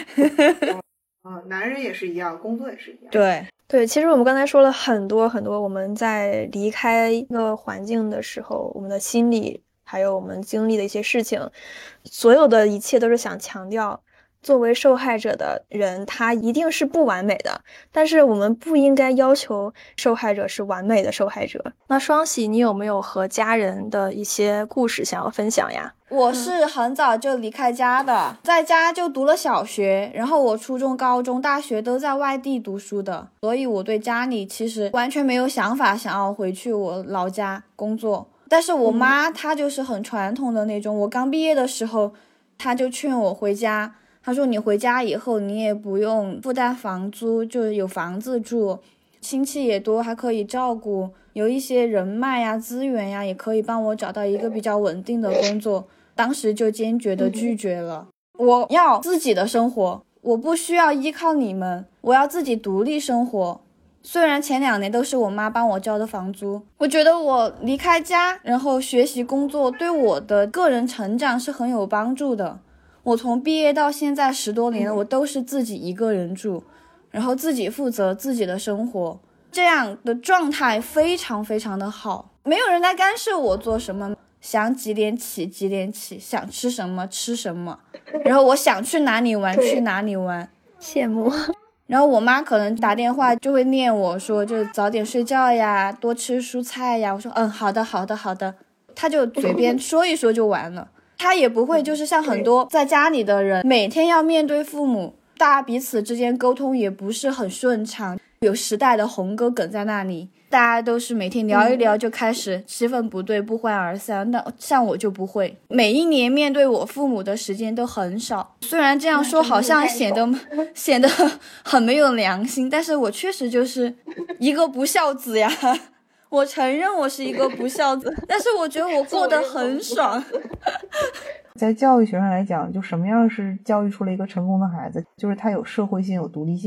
男人也是一样，工作也是一样。 对，其实我们刚才说了很多很多，我们在离开一个环境的时候，我们的心理还有我们经历的一些事情，所有的一切都是想强调作为受害者的人他一定是不完美的，但是我们不应该要求受害者是完美的受害者。那双喜，你有没有和家人的一些故事想要分享呀？ 我是很早就离开家的，在家就读了小学，然后我初中、高中、大学都在外地读书的，所以我对家里其实完全没有想法想要回去我老家工作。但是我妈她就是很传统的那种，我刚毕业的时候她就劝我回家，她说你回家以后你也不用负担房租，就有房子住，亲戚也多，还可以照顾，有一些人脉呀、资源呀，也可以帮我找到一个比较稳定的工作。当时就坚决的拒绝了，我要自己的生活，我不需要依靠你们，我要自己独立生活。虽然前2年都是我妈帮我交的房租，我觉得我离开家然后学习工作对我的个人成长是很有帮助的。我从毕业到现在10多年了，我都是自己一个人住，然后自己负责自己的生活，这样的状态非常非常的好，没有人来干涉我做什么，想几点起几点起，想吃什么吃什么，然后我想去哪里玩去哪里玩， 羡慕。 然后我妈可能打电话就会念我说就早点睡觉呀，多吃蔬菜呀，我说好的好的好的，她就嘴边说一说就完了。她也不会就是像很多在家里的人每天要面对父母，大家彼此之间沟通也不是很顺畅，有时代的红歌梗在那里，大家都是每天聊一聊就开始气氛不对不欢而散。那像我就不会，每一年面对我父母的时间都很少，虽然这样说好像显得很没有良心，但是我确实就是一个不孝子呀。我承认我是一个不孝子，但是我觉得我过得很爽。 在教育学上来讲，就什么样是教育出了一个成功的孩子，就是他有社会性有独立性。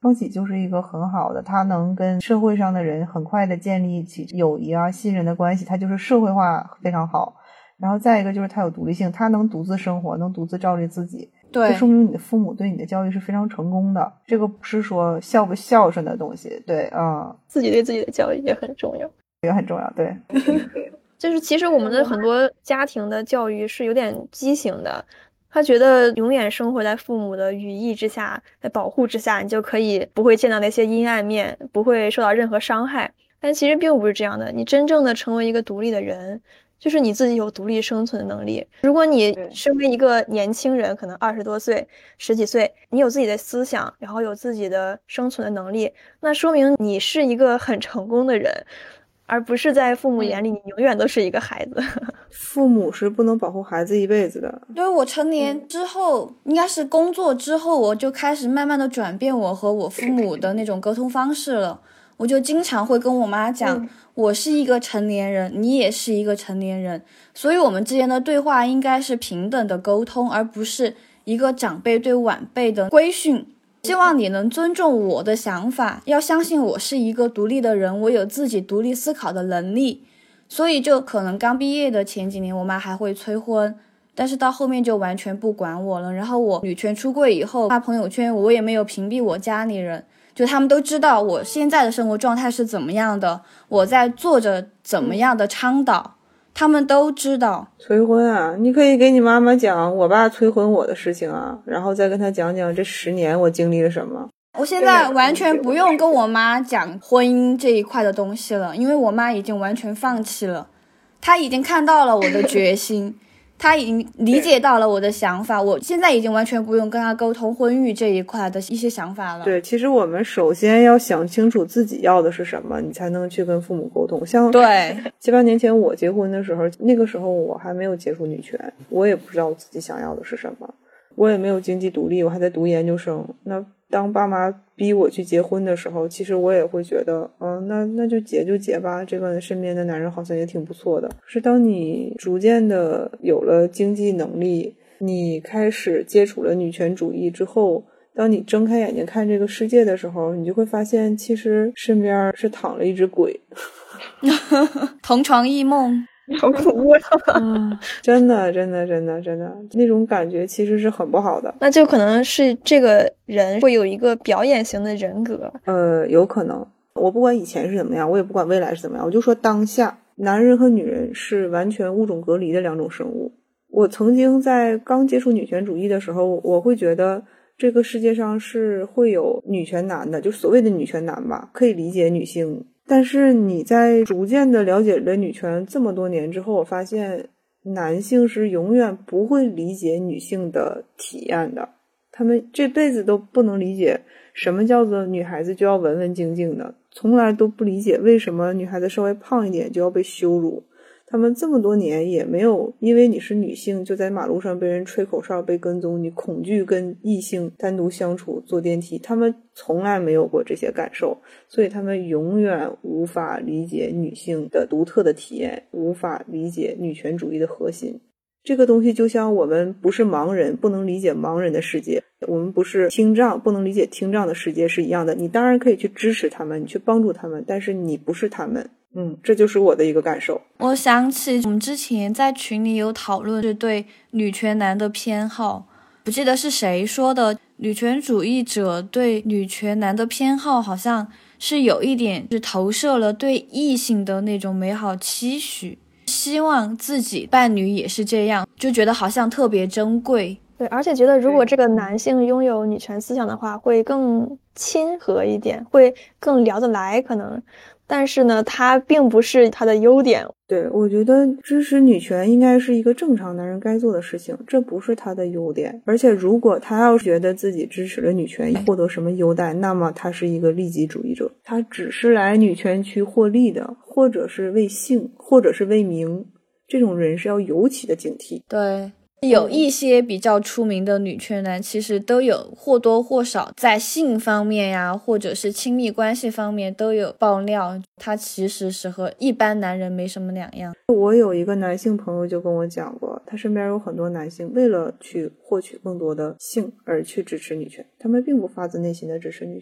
方启就是一个很好的，他能跟社会上的人很快的建立起友谊啊、信任的关系，他就是社会化非常好。然后再一个就是他有独立性，他能独自生活，能独自照顾自己。 对， 这说明你的父母对你的教育是非常成功的，这个不是说孝不孝顺的东西。对， 自己对自己的教育也很重要， 也很重要。对， 就是其实我们的很多家庭的教育是有点畸形的，他觉得永远生活在父母的羽翼之下，在保护之下，你就可以不会见到那些阴暗面，不会受到任何伤害。但其实并不是这样的，你真正的成为一个独立的人，就是你自己有独立生存的能力。如果你身为一个年轻人，可能20多岁、10几岁，你有自己的思想，然后有自己的生存的能力，那说明你是一个很成功的人，而不是在父母眼里你永远都是一个孩子。 父母是不能保护孩子一辈子的。 对，我成年之后，应该是工作之后，我就开始慢慢的转变我和我父母的那种沟通方式了。我就经常会跟我妈讲，我是一个成年人，你也是一个成年人，所以我们之间的对话应该是平等的沟通，而不是一个长辈对晚辈的规训。希望你能尊重我的想法，要相信我是一个独立的人，我有自己独立思考的能力。所以就可能刚毕业的前几年，我妈还会催婚，但是到后面就完全不管我了。然后我女权出柜以后，发朋友圈我也没有屏蔽我家里人，就他们都知道我现在的生活状态是怎么样的，我在做着怎么样的倡导，他们都知道。 催婚啊，你可以给你妈妈讲我爸催婚我的事情啊，然后再跟她讲讲这10年我经历了什么。 我现在完全不用跟我妈讲婚姻这一块的东西了，因为我妈已经完全放弃了，她已经看到了我的决心，她已经理解到了我的想法，我现在已经完全不用跟她沟通婚育这一块的一些想法了。 对，其实我们首先要想清楚自己要的是什么，你才能去跟父母沟通。像对 7、8年前我结婚的时候，那个时候我还没有接触女权，我也不知道我自己想要的是什么，我也没有经济独立，我还在读研究生。那当爸妈逼我去结婚的时候，其实我也会觉得那就结就结吧，这个身边的男人好像也挺不错的。是当你逐渐的有了经济能力，你开始接触了女权主义之后，当你睁开眼睛看这个世界的时候，你就会发现其实身边是躺了一只鬼。 同床异梦， 好恐怖真的那种感觉其实是很不好的。 那就可能是这个人会有一个表演型的人格。 有可能，我不管以前是怎么样，我也不管未来是怎么样，我就说当下，男人和女人是完全物种隔离的2种生物。我曾经在刚接触女权主义的时候，我会觉得这个世界上是会有女权男的，就所谓的女权男吧，可以理解女性。但是你在逐渐的了解了女权这么多年之后，我发现男性是永远不会理解女性的体验的，他们这辈子都不能理解什么叫做女孩子就要文文静静的，从来都不理解为什么女孩子稍微胖一点就要被羞辱。他们这么多年也没有因为你是女性就在马路上被人吹口哨被跟踪，你恐惧跟异性单独相处坐电梯，他们从来没有过这些感受，所以他们永远无法理解女性的独特的体验，无法理解女权主义的核心。这个东西就像我们不是盲人不能理解盲人的世界，我们不是听障不能理解听障的世界是一样的。你当然可以去支持他们，你去帮助他们，但是你不是他们。这就是我的一个感受。 我想起我们之前在群里有讨论是对女权男的偏好，不记得是谁说的，女权主义者对女权男的偏好好像是有一点是投射了对异性的那种美好期许，希望自己伴侣也是这样，就觉得好像特别珍贵。 对，而且觉得如果这个男性拥有女权思想的话，会更亲和一点，会更聊得来可能。但是呢，它并不是他的优点。 对，我觉得支持女权应该是一个正常男人该做的事情，这不是他的优点。而且如果他要觉得自己支持了女权获得什么优待，那么他是一个利己主义者，他只是来女权区获利的，或者是为性，或者是为名，这种人是要尤其的警惕。 对，有一些比较出名的女权男其实都有或多或少在性方面呀，或者是亲密关系方面都有爆料，他其实是和一般男人没什么两样。 我有一个男性朋友就跟我讲过，他身边有很多男性为了去获取更多的性而去支持女权，他们并不发自内心的支持女权。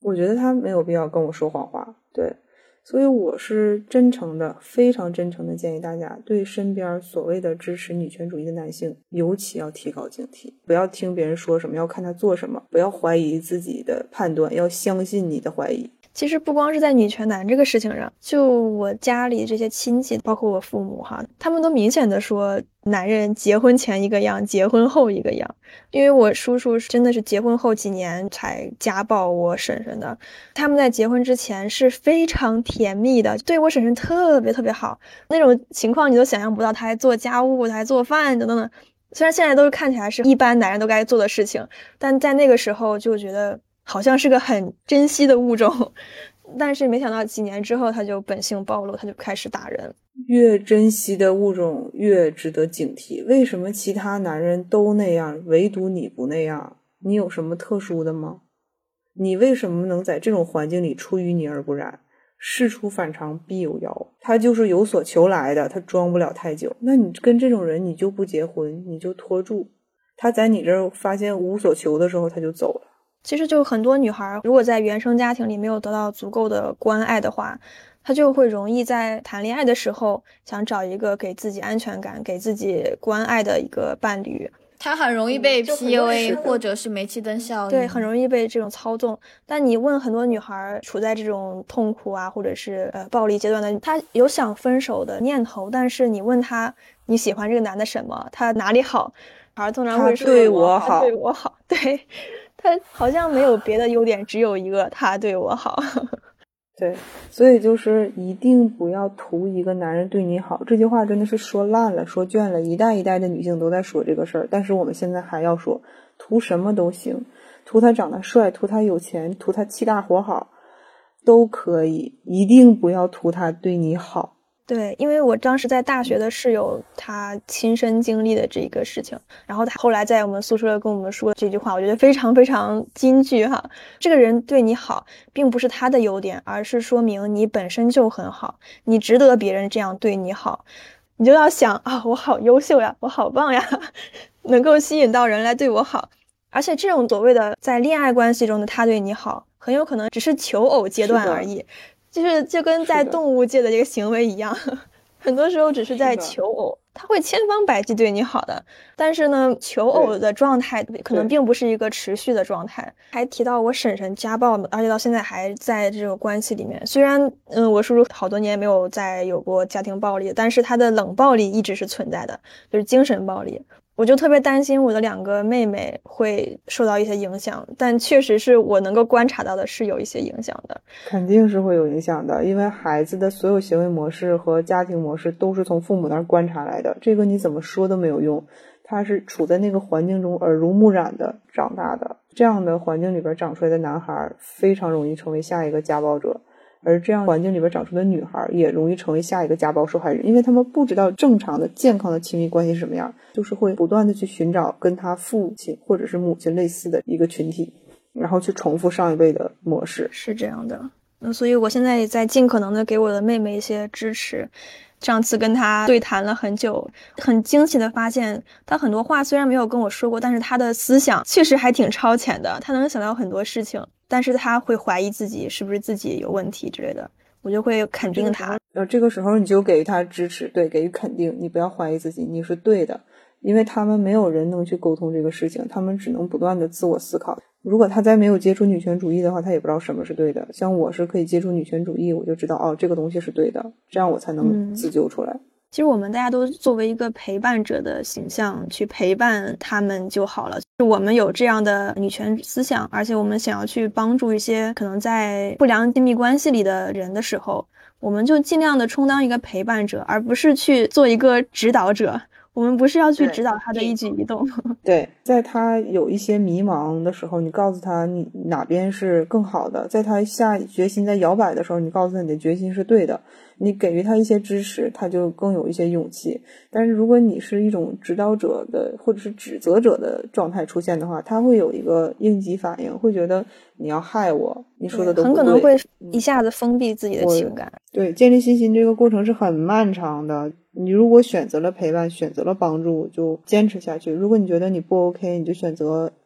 我觉得他没有必要跟我说谎话，对。所以我是真诚的，非常真诚的建议大家，对身边所谓的支持女权主义的男性尤其要提高警惕，不要听别人说什么，要看他做什么，不要怀疑自己的判断，要相信你的怀疑。 其实不光是在女权男这个事情上，就我家里这些亲戚，包括我父母哈，他们都明显的说男人结婚前一个样，结婚后一个样。因为我叔叔真的是结婚后几年才家暴我婶婶的，他们在结婚之前是非常甜蜜的，对我婶婶特别特别好，那种情况你都想象不到，他还做家务，他还做饭等等的。虽然现在都看起来是一般男人都该做的事情，但在那个时候就觉得好像是个很珍惜的物种，但是没想到几年之后他就本性暴露，他就开始打人。 越珍惜的物种越值得警惕，为什么其他男人都那样，唯独你不那样？你有什么特殊的吗？你为什么能在这种环境里出淤泥而不染？事出反常必有妖，他就是有所求来的，他装不了太久。那你跟这种人你就不结婚，你就拖住，他在你这儿发现无所求的时候他就走了。 其实就很多女孩如果在原生家庭里没有得到足够的关爱的话，她就会容易在谈恋爱的时候想找一个给自己安全感给自己关爱的一个伴侣， 她很容易被 PUA 或者是煤气灯效应， 对，很容易被这种操纵。但你问很多女孩处在这种痛苦啊或者是暴力阶段的，她有想分手的念头，但是你问她你喜欢这个男的什么，他哪里好，而通常会说他对我好， 他对我好，对，他好像没有别的优点，只有一个他对我好。 对，所以就是一定不要图一个男人对你好，这句话真的是说烂了说倦了，一代一代的女性都在说这个事儿，但是我们现在还要说，图什么都行，图他长得帅，图他有钱，图他气大活好都可以，一定不要图他对你好。 对，因为我当时在大学的室友他亲身经历的这个事情，然后他后来在我们宿舍跟我们说这句话，我觉得非常非常金句哈。这个人对你好并不是他的优点，而是说明你本身就很好，你值得别人这样对你好。你就要想啊，我好优秀呀，我好棒呀，能够吸引到人来对我好。而且这种所谓的在恋爱关系中的他对你好，很有可能只是求偶阶段而已，就跟在动物界的这个行为一样，很多时候只是在求偶，他会千方百计对你好的，但是呢，求偶的状态可能并不是一个持续的状态。还提到我婶婶家暴，而且到现在还在这种关系里面。虽然我叔叔好多年没有再有过家庭暴力，但是他的冷暴力一直是存在的，就是精神暴力。我就特别担心我的2个妹妹会受到一些影响，但确实是我能够观察到的是有一些影响的。 肯定是会有影响的，因为孩子的所有行为模式和家庭模式都是从父母那儿观察来的，这个你怎么说都没有用，他是处在那个环境中耳濡目染的长大的，这样的环境里边长出来的男孩非常容易成为下一个家暴者，而这样环境里边长出的女孩也容易成为下一个家暴受害人，因为他们不知道正常的健康的亲密关系是什么样，就是会不断的去寻找跟他父亲或者是母亲类似的一个群体，然后去重复上一辈的模式。 是这样的，所以我现在也在尽可能的给我的妹妹一些支持。上次跟她对谈了很久，很惊喜的发现她很多话虽然没有跟我说过，但是她的思想确实还挺超前的，她能想到很多事情，但是她会怀疑自己是不是自己有问题之类的，我就会肯定她。 这个时候你就给予她支持，对，给予肯定，你不要怀疑自己，你是对的，因为他们没有人能去沟通这个事情，他们只能不断的自我思考。如果他再没有接触女权主义的话，他也不知道什么是对的。像我是可以接触女权主义，我就知道哦，这个东西是对的，这样我才能自救出来。 其实我们大家都作为一个陪伴者的形象去陪伴他们就好了。我们有这样的女权思想，而且我们想要去帮助一些可能在不良亲密关系里的人的时候，我们就尽量的充当一个陪伴者，而不是去做一个指导者。我们不是要去指导他的一举一动。 对，在他有一些迷茫的时候，你告诉他你哪边是更好的，在他下决心在摇摆的时候，你告诉他你的决心是对的，你给予他一些支持，他就更有一些勇气。但是如果你是一种指导者的或者是指责者的状态出现的话，他会有一个应激反应，会觉得你要害我，你说的都不对， 很可能会一下子封闭自己的情感。 对，建立信心这个过程是很漫长的，你如果选择了陪伴，选择了帮助，就坚持下去。如果你觉得你不 OK， 你就选择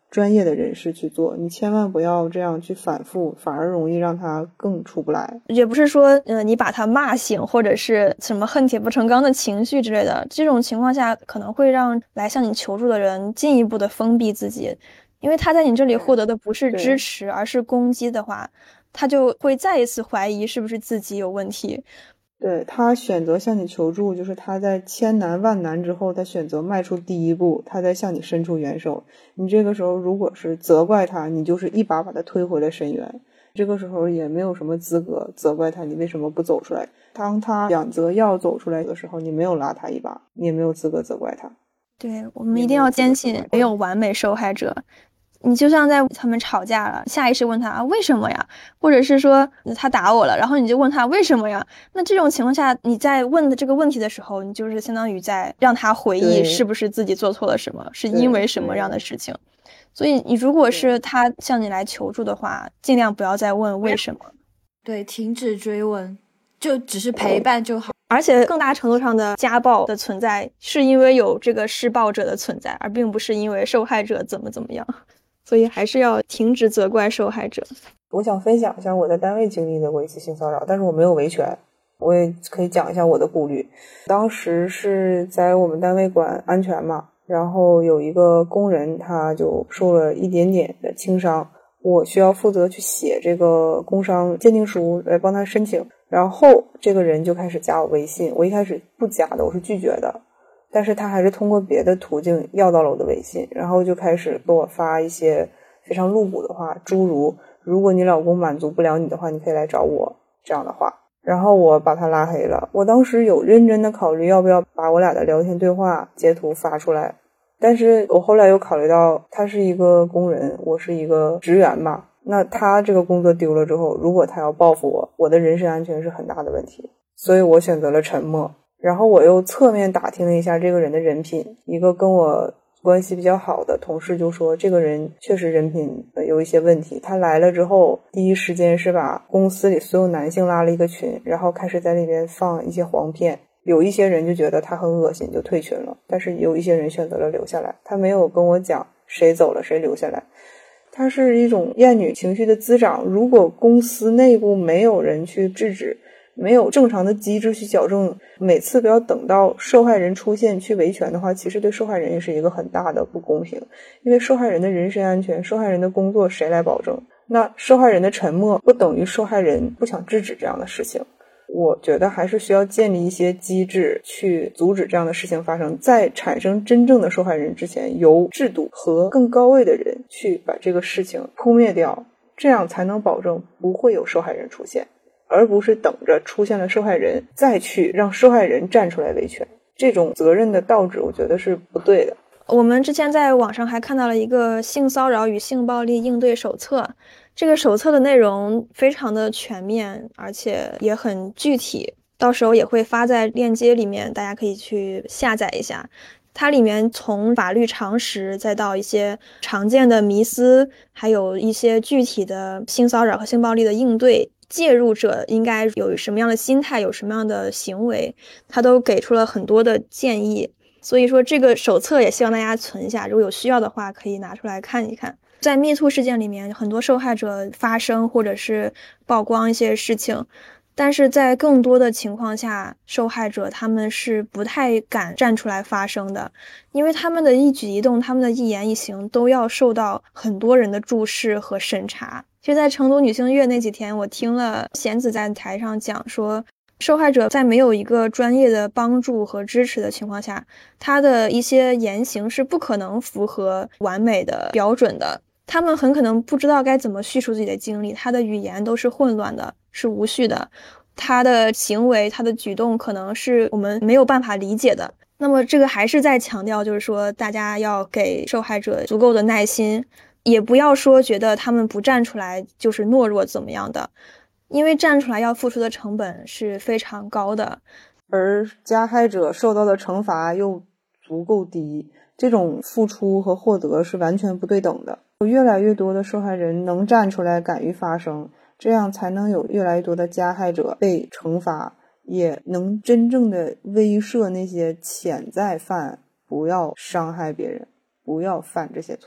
专业的人士去做，你千万不要这样去反复，反而容易让他更出不来。 也不是说你把他骂醒或者是什么恨铁不成钢的情绪之类的，这种情况下可能会让来向你求助的人进一步的封闭自己，因为他在你这里获得的不是支持而是攻击的话，他就会再一次怀疑是不是自己有问题。 对，他选择向你求助，就是他在千难万难之后，他选择迈出第一步，他在向你伸出援手。你这个时候如果是责怪他，你就是一把把他推回了深渊，这个时候也没有什么资格责怪他，你为什么不走出来。当他选择要走出来的时候，你没有拉他一把，你也没有资格责怪他。 对，我们一定要坚信没有完美受害者。你就像在他们吵架了，下意识问他啊为什么呀，或者是说他打我了，然后你就问他为什么呀，那这种情况下你在问的这个问题的时候，你就是相当于在让他回忆是不是自己做错了什么，是因为什么样的事情。所以你如果是他向你来求助的话，尽量不要再问为什么。 对，停止追问，就只是陪伴就好。 而且更大程度上的家暴的存在是因为有这个施暴者的存在，而并不是因为受害者怎么样，所以还是要停止责怪受害者。 我想分享一下我在单位经历的过一次性骚扰，但是我没有维权，我也可以讲一下我的顾虑。当时是在我们单位管安全嘛，然后有一个工人他就受了一点点的轻伤，我需要负责去写这个工伤鉴定书来帮他申请，然后这个人就开始加我微信，我一开始不加的，我是拒绝的，但是他还是通过别的途径要到了我的微信，然后就开始给我发一些非常露骨的话，诸如如果你老公满足不了你的话，你可以来找我这样的话，然后我把他拉黑了。我当时有认真的考虑要不要把我俩的聊天对话截图发出来，但是我后来又考虑到他是一个工人，我是一个职员嘛，那他这个工作丢了之后，如果他要报复我，我的人身安全是很大的问题，所以我选择了沉默。然后我又侧面打听了一下这个人的人品，一个跟我关系比较好的同事就说这个人确实人品有一些问题，他来了之后第一时间是把公司里所有男性拉了一个群，然后开始在里面放一些黄片，有一些人就觉得他很恶心就退群了，但是有一些人选择了留下来，他没有跟我讲谁走了谁留下来。它是一种厌女情绪的滋长，如果公司内部没有人去制止，没有正常的机制去矫正，每次都要等到受害人出现去维权的话，其实对受害人也是一个很大的不公平，因为受害人的人身安全，受害人的工作谁来保证？那受害人的沉默不等于受害人不想制止这样的事情。我觉得还是需要建立一些机制去阻止这样的事情发生，在产生真正的受害人之前，由制度和更高位的人去把这个事情扑灭掉，这样才能保证不会有受害人出现，而不是等着出现了受害人再去让受害人站出来维权，这种责任的倒置我觉得是不对的。 我们之前在网上还看到了一个性骚扰与性暴力应对手册，这个手册的内容非常的全面，而且也很具体，到时候也会发在链接里面，大家可以去下载一下。它里面从法律常识再到一些常见的迷思，还有一些具体的性骚扰和性暴力的应对，介入者应该有什么样的心态，有什么样的行为，它都给出了很多的建议。所以说这个手册也希望大家存一下，如果有需要的话可以拿出来看一看。在 MeToo 事件里面，很多受害者发声或者是曝光一些事情，但是在更多的情况下，受害者他们是不太敢站出来发声的，因为他们的一举一动，他们的一言一行都要受到很多人的注视和审查。其实在成都女性月那几天，我听了贤子在台上讲说，受害者在没有一个专业的帮助和支持的情况下，他的一些言行是不可能符合完美的标准的，他们很可能不知道该怎么叙述自己的经历，他的语言都是混乱的，是无序的，他的行为，他的举动可能是我们没有办法理解的。那么这个还是在强调，就是说大家要给受害者足够的耐心，也不要说觉得他们不站出来就是懦弱怎么样的，因为站出来要付出的成本是非常高的， 而加害者受到的惩罚又足够低，这种付出和获得是完全不对等的。有越来越多的受害人能站出来，敢于发声，这样才能有越来越多的加害者被惩罚，也能真正的威慑那些潜在犯不要伤害别人，不要犯这些错误。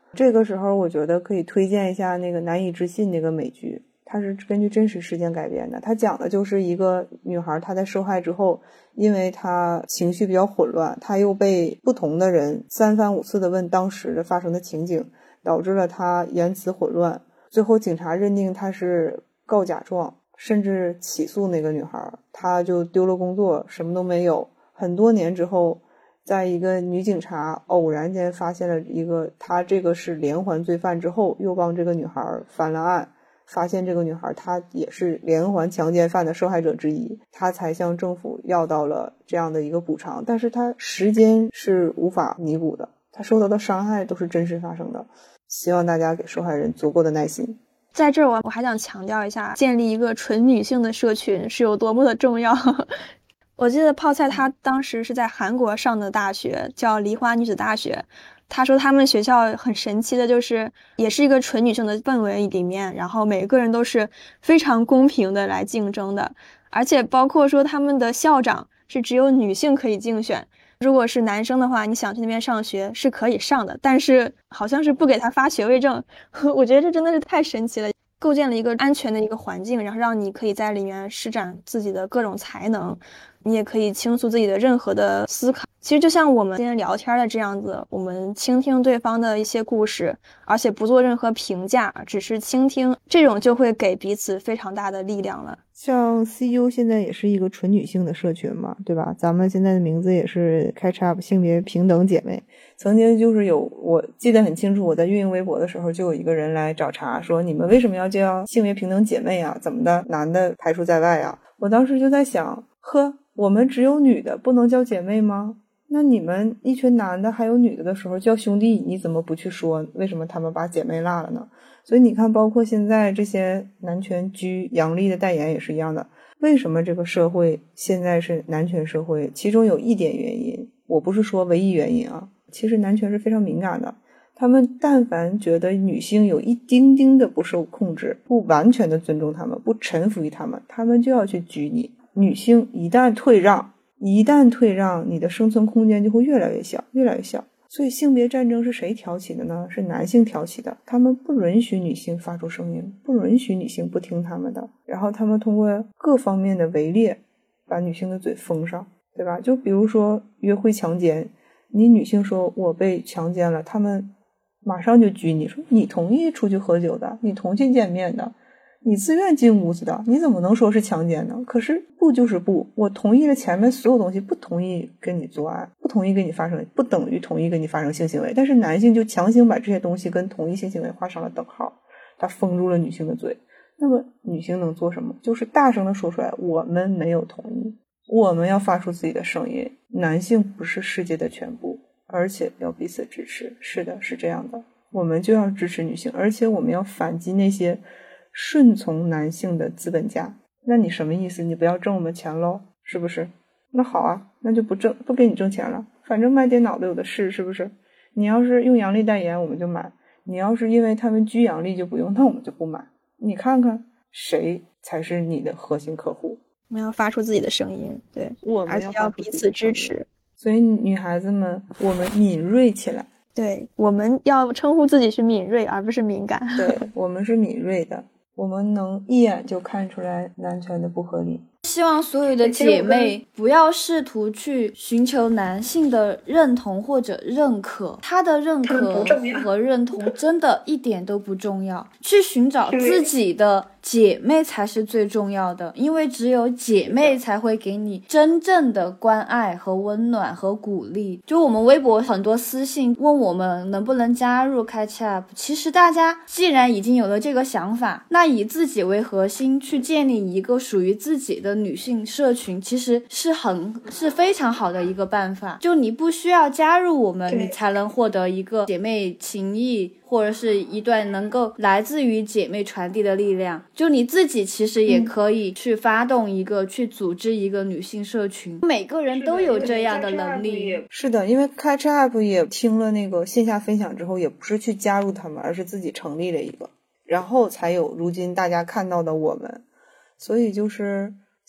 这个时候我觉得可以推荐一下那个难以置信那个美剧，它是根据真实事件改编的。它讲的就是一个女孩，她在受害之后，因为她情绪比较混乱，她又被不同的人3番5次的问当时的发生的情景，导致了她言辞混乱。最后警察认定她是告假状，甚至起诉那个女孩，她就丢了工作，什么都没有。很多年之后，在一个女警察偶然间发现了一个她这个是连环罪犯之后，又帮这个女孩翻了案，发现这个女孩她也是连环强奸犯的受害者之一，她才向政府要到了这样的一个补偿，但是她时间是无法弥补的，她受到的伤害都是真实发生的。希望大家给受害人足够的耐心。 在这儿我还想强调一下，建立一个纯女性的社群是有多么的重要。我记得泡菜她当时是在韩国上的大学，叫梨花女子大学。她说他们学校很神奇的就是也是一个纯女性的氛围里面，然后每个人都是非常公平的来竞争的，而且包括说他们的校长是只有女性可以竞选，如果是男生的话，你想去那边上学是可以上的，但是好像是不给他发学位证。我觉得这真的是太神奇了，构建了一个安全的一个环境，然后让你可以在里面施展自己的各种才能，你也可以倾诉自己的任何的思考。其实就像我们今天聊天的这样子，我们倾听对方的一些故事，而且不做任何评价，只是倾听，这种就会给彼此非常大的力量了。 像 CU 现在也是一个纯女性的社群嘛，对吧？咱们现在的名字也是 Catch Up 性别平等姐妹。曾经就是我记得很清楚，我在运营微博的时候，就有一个人来找茬，说你们为什么要叫性别平等姐妹啊？怎么的，男的排除在外啊？我当时就在想，我们只有女的不能叫姐妹吗？那你们一群男的还有女的的时候叫兄弟，你怎么不去说为什么他们把姐妹落了呢？所以你看，包括现在这些男权居杨笠的代言也是一样的。为什么这个社会现在是男权社会？其中有一点原因，我不是说唯一原因啊，其实男权是非常敏感的，他们但凡觉得女性有一丁丁的不受控制，不完全的尊重他们，不臣服于他们，他们就要去拘你。女性一旦退让，你的生存空间就会越来越小，越来越小。所以性别战争是谁挑起的呢？是男性挑起的，他们不允许女性发出声音，不允许女性不听他们的，然后他们通过各方面的围猎把女性的嘴封上，对吧？就比如说约会强奸，你女性说我被强奸了，他们马上就拘你，说你同意出去喝酒的，你同意见面的，你自愿进屋子的，你怎么能说是强奸呢？可是不就是不，我同意了前面所有东西，不同意跟你做爱，不同意跟你发生，不等于同意跟你发生性行为，但是男性就强行把这些东西跟同意性行为画上了等号，他封住了女性的嘴。那么女性能做什么？就是大声的说出来，我们没有同意，我们要发出自己的声音。男性不是世界的全部，而且要彼此支持。是的，是这样的，我们就要支持女性，而且我们要反击那些顺从男性的资本家。那你什么意思？你不要挣我们钱咯，是不是？那好啊，那就不给你挣钱了，反正卖电脑的有的是，是不是？你要是用杨笠代言我们就买，你要是因为他们居杨笠就不用，那我们就不买。你看看谁才是你的核心客户？ 我们要发出自己的声音，对，而且要彼此支持。 所以女孩子们，我们敏锐起来。 对，我们要称呼自己是敏锐，而不是敏感。 对，我们是敏锐的，我们能一眼就看出来男权的不合理。 希望所有的姐妹不要试图去寻求男性的认同或者认可，他的认可和认同真的一点都不重要，去寻找自己的姐妹才是最重要的，因为只有姐妹才会给你真正的关爱和温暖和鼓励。就我们微博很多私信问我们能不能加入 Catch Up， 其实大家既然已经有了这个想法，那以自己为核心去建立一个属于自己的女性社群，其实是非常好的一个办法。就你不需要加入我们，你才能获得一个姐妹情谊，或者是一段能够来自于姐妹传递的力量。就你自己其实也可以去发动一个去组织一个女性社群，每个人都有这样的能力。 是的，因为 Catch Up 也听了那个线下分享之后，也不是去加入他们，而是自己成立了一个，然后才有如今大家看到的我们。所以就是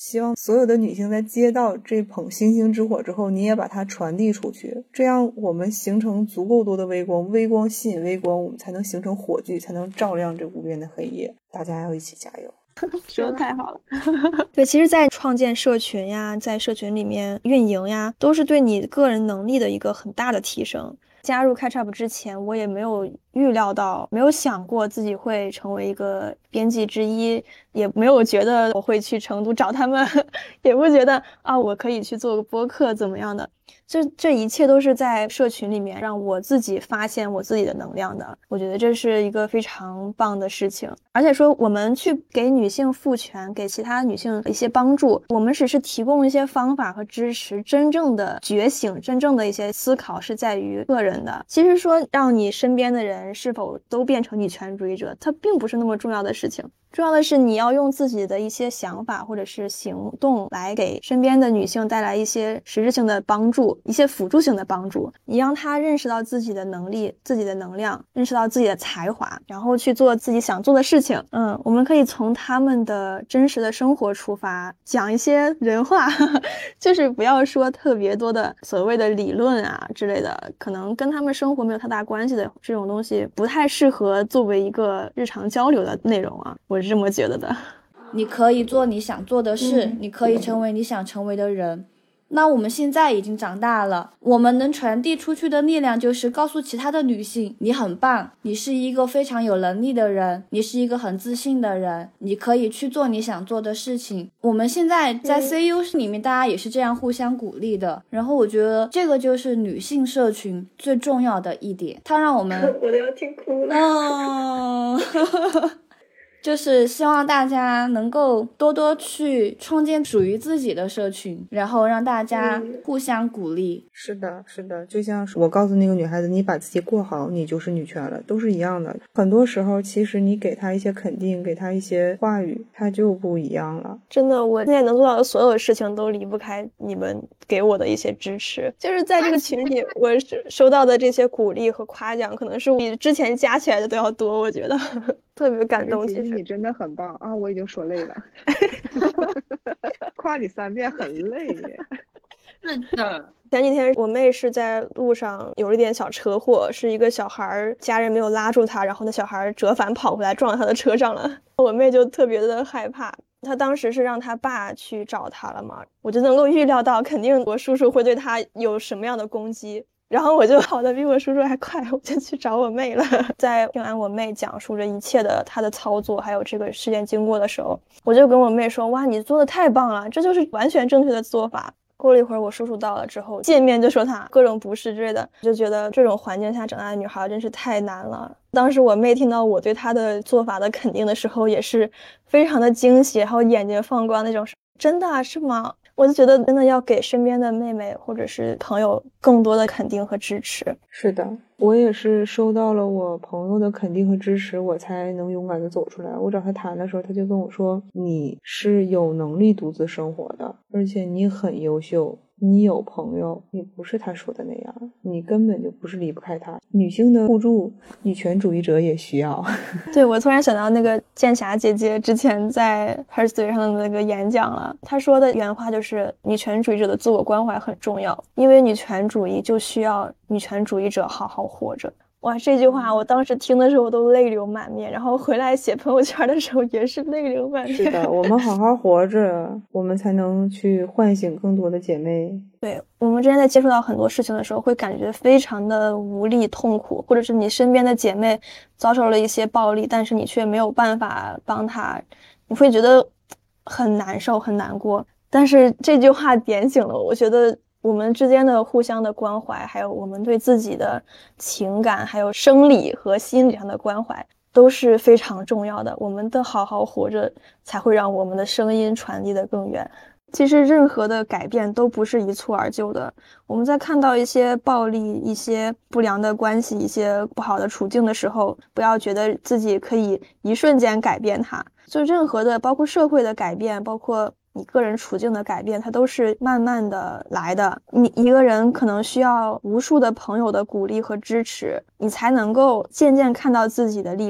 希望所有的女性在接到这捧星星之火之后，你也把它传递出去，这样我们形成足够多的微光，微光吸引微光，我们才能形成火炬，才能照亮这无边的黑夜。大家要一起加油。 说的太好了。 对，其实在创建社群呀，在社群里面运营呀，都是对你个人能力的一个很大的提升。加入 Catchup 之前，我也没有预料到，没有想过自己会成为一个编辑之一，也没有觉得我会去成都找他们，也不觉得啊我可以去做个播客怎么样的。这一切都是在社群里面让我自己发现我自己的能量的，我觉得这是一个非常棒的事情。而且说我们去给女性赋权，给其他女性一些帮助，我们只是提供一些方法和支持，真正的觉醒，真正的一些思考是在于个人的。其实说让你身边的人是否都变成女权主义者，它并不是那么重要的事情，重要的是你要用自己的一些想法或者是行动来给身边的女性带来一些实质性的帮助，一些辅助性的帮助。你让她认识到自己的能力，自己的能量，认识到自己的才华，然后去做自己想做的事情。我们可以从他们的真实的生活出发，讲一些人话就是不要说特别多的所谓的理论啊之类的，可能跟他们生活没有太大关系的这种东西不太适合作为一个日常交流的内容啊，我是这么觉得的。 你可以做你想做的事，你可以成为你想成为的人。那我们现在已经长大了，我们能传递出去的力量就是告诉其他的女性，你很棒，你是一个非常有能力的人，你是一个很自信的人，你可以去做你想做的事情。我们现在在 CU 里面大家也是这样互相鼓励的，然后我觉得这个就是女性社群最重要的一点，它让我们我都要听哭了就是希望大家能够多多去创建属于自己的社群，然后让大家互相鼓励。 是的，是的，就像我告诉那个女孩子，你把自己过好，你就是女权了，都是一样的。很多时候其实你给她一些肯定，给她一些话语，她就不一样了。 真的，我现在能做到的所有的事情都离不开你们给我的一些支持。就是在这个群里我收到的这些鼓励和夸奖，可能是比之前加起来的都要多，我觉得特别感动。其实你真的很棒啊！我已经说累了夸你3遍很累耶。 是的， 前几天我妹是在路上有了一点小车祸，是一个小孩家人没有拉住他，然后那小孩折返跑回来撞到他的车上了。我妹就特别的害怕，她当时是让她爸去找她了嘛，我就能够预料到肯定我叔叔会对她有什么样的攻击，然后我就跑得比我叔叔还快，我就去找我妹了。在听完我妹讲述着一切的她的操作还有这个事件经过的时候，我就跟我妹说，哇，你做的太棒了，这就是完全正确的做法。过了一会儿我叔叔到了之后，见面就说他各种不适之类的，就觉得这种环境下长大的女孩真是太难了。当时我妹听到我对她的做法的肯定的时候也是非常的惊喜，然后眼睛放光那种，真的啊，是吗？我就觉得真的要给身边的妹妹或者是朋友更多的肯定和支持。 是的，我也是收到了我朋友的肯定和支持，我才能勇敢的走出来。我找他谈的时候，他就跟我说，你是有能力独自生活的，而且你很优秀，你有朋友，你不是他说的那样，你根本就不是离不开他。女性的互助，女权主义者也需要。 对，我突然想到那个剑侠姐姐之前在 Herstory 上的那个演讲了，她说的原话就是女权主义者的自我关怀很重要，因为女权主义就需要女权主义者好好活着。哇，这句话我当时听的时候都泪流满面，然后回来写朋友圈的时候也是泪流满面。 是的，我们好好活着，我们才能去唤醒更多的姐妹。 对，我们之前在接触到很多事情的时候会感觉非常的无力痛苦，或者是你身边的姐妹遭受了一些暴力，但是你却没有办法帮她，你会觉得很难受很难过。但是这句话点醒了我，觉得我们之间的互相的关怀，还有我们对自己的情感还有生理和心理上的关怀都是非常重要的，我们的好好活着才会让我们的声音传递得更远。其实任何的改变都不是一蹴而就的，我们在看到一些暴力、一些不良的关系、一些不好的处境的时候，不要觉得自己可以一瞬间改变它，就任何的包括社会的改变，包括你个人处境的改变，它都是慢慢的来的。你一个人可能需要无数的朋友的鼓励和支持，你才能够渐渐看到自己的力量，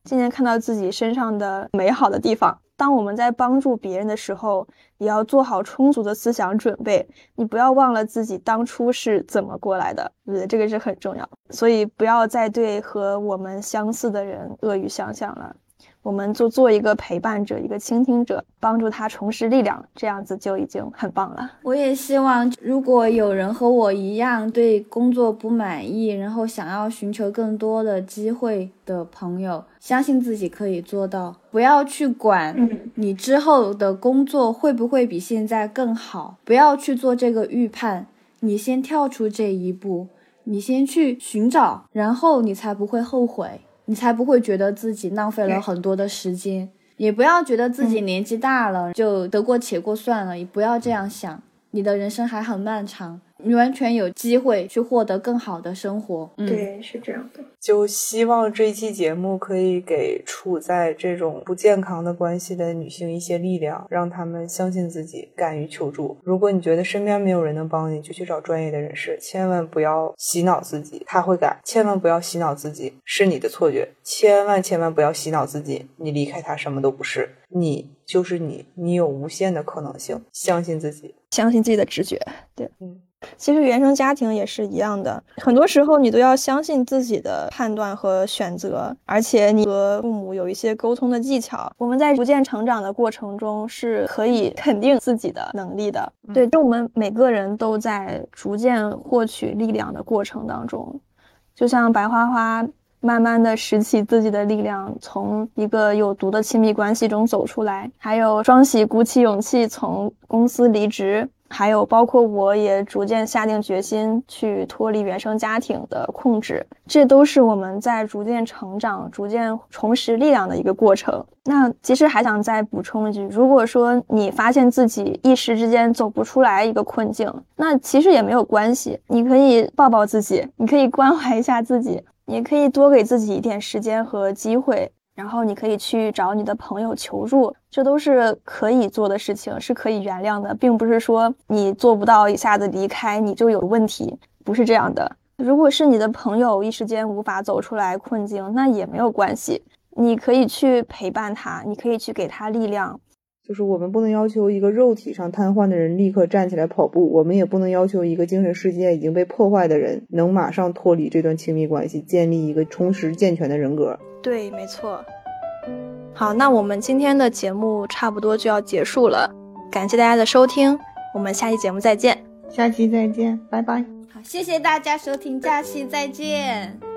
渐渐看到自己身上的美好的地方。当我们在帮助别人的时候，也要做好充足的思想准备，你不要忘了自己当初是怎么过来的，我觉得这个是很重要。所以不要再对和我们相似的人恶语相向了，我们就做一个陪伴者，一个倾听者，帮助他重拾力量，这样子就已经很棒了。 我也希望如果有人和我一样对工作不满意，然后想要寻求更多的机会的朋友，相信自己可以做到，不要去管你之后的工作会不会比现在更好，不要去做这个预判，你先跳出这一步，你先去寻找，然后你才不会后悔，你才不会觉得自己浪费了很多的时间，也不要觉得自己年纪大了就得过且过算了，也不要这样想，你的人生还很漫长，你完全有机会去获得更好的生活。 对，是这样的。 就希望这一期节目可以给处在这种不健康的关系的女性一些力量，让她们相信自己，敢于求助。如果你觉得身边没有人能帮你，就去找专业的人士，千万不要洗脑自己他会改，千万不要洗脑自己是你的错觉，千万不要洗脑自己你离开他什么都不是，你就是你，你有无限的可能性，相信自己， 相信自己的直觉。对，其实原生家庭也是一样的，很多时候你都要相信自己的判断和选择，而且你和父母有一些沟通的技巧。我们在逐渐成长的过程中是可以肯定自己的能力的。对，就我们每个人都在逐渐获取力量的过程当中，就像白花花慢慢的拾起自己的力量，从一个有毒的亲密关系中走出来，还有双喜鼓起勇气从公司离职，还有包括我也逐渐下定决心去脱离原生家庭的控制，这都是我们在逐渐成长、逐渐重拾力量的一个过程。那其实还想再补充一句，如果说你发现自己一时之间走不出来一个困境，那其实也没有关系，你可以抱抱自己，你可以关怀一下自己，你可以多给自己一点时间和机会，然后你可以去找你的朋友求助，这都是可以做的事情，是可以原谅的，并不是说你做不到一下子离开你就有问题，不是这样的。如果是你的朋友一时间无法走出来困境，那也没有关系，你可以去陪伴他，你可以去给他力量。 就是我们不能要求一个肉体上瘫痪的人立刻站起来跑步，我们也不能要求一个精神世界已经被破坏的人能马上脱离这段亲密关系，建立一个充实健全的人格。 对，没错。好，那我们今天的节目差不多就要结束了，感谢大家的收听，我们下期节目再见。 下期再见，拜拜。 好，谢谢大家收听，下期再见。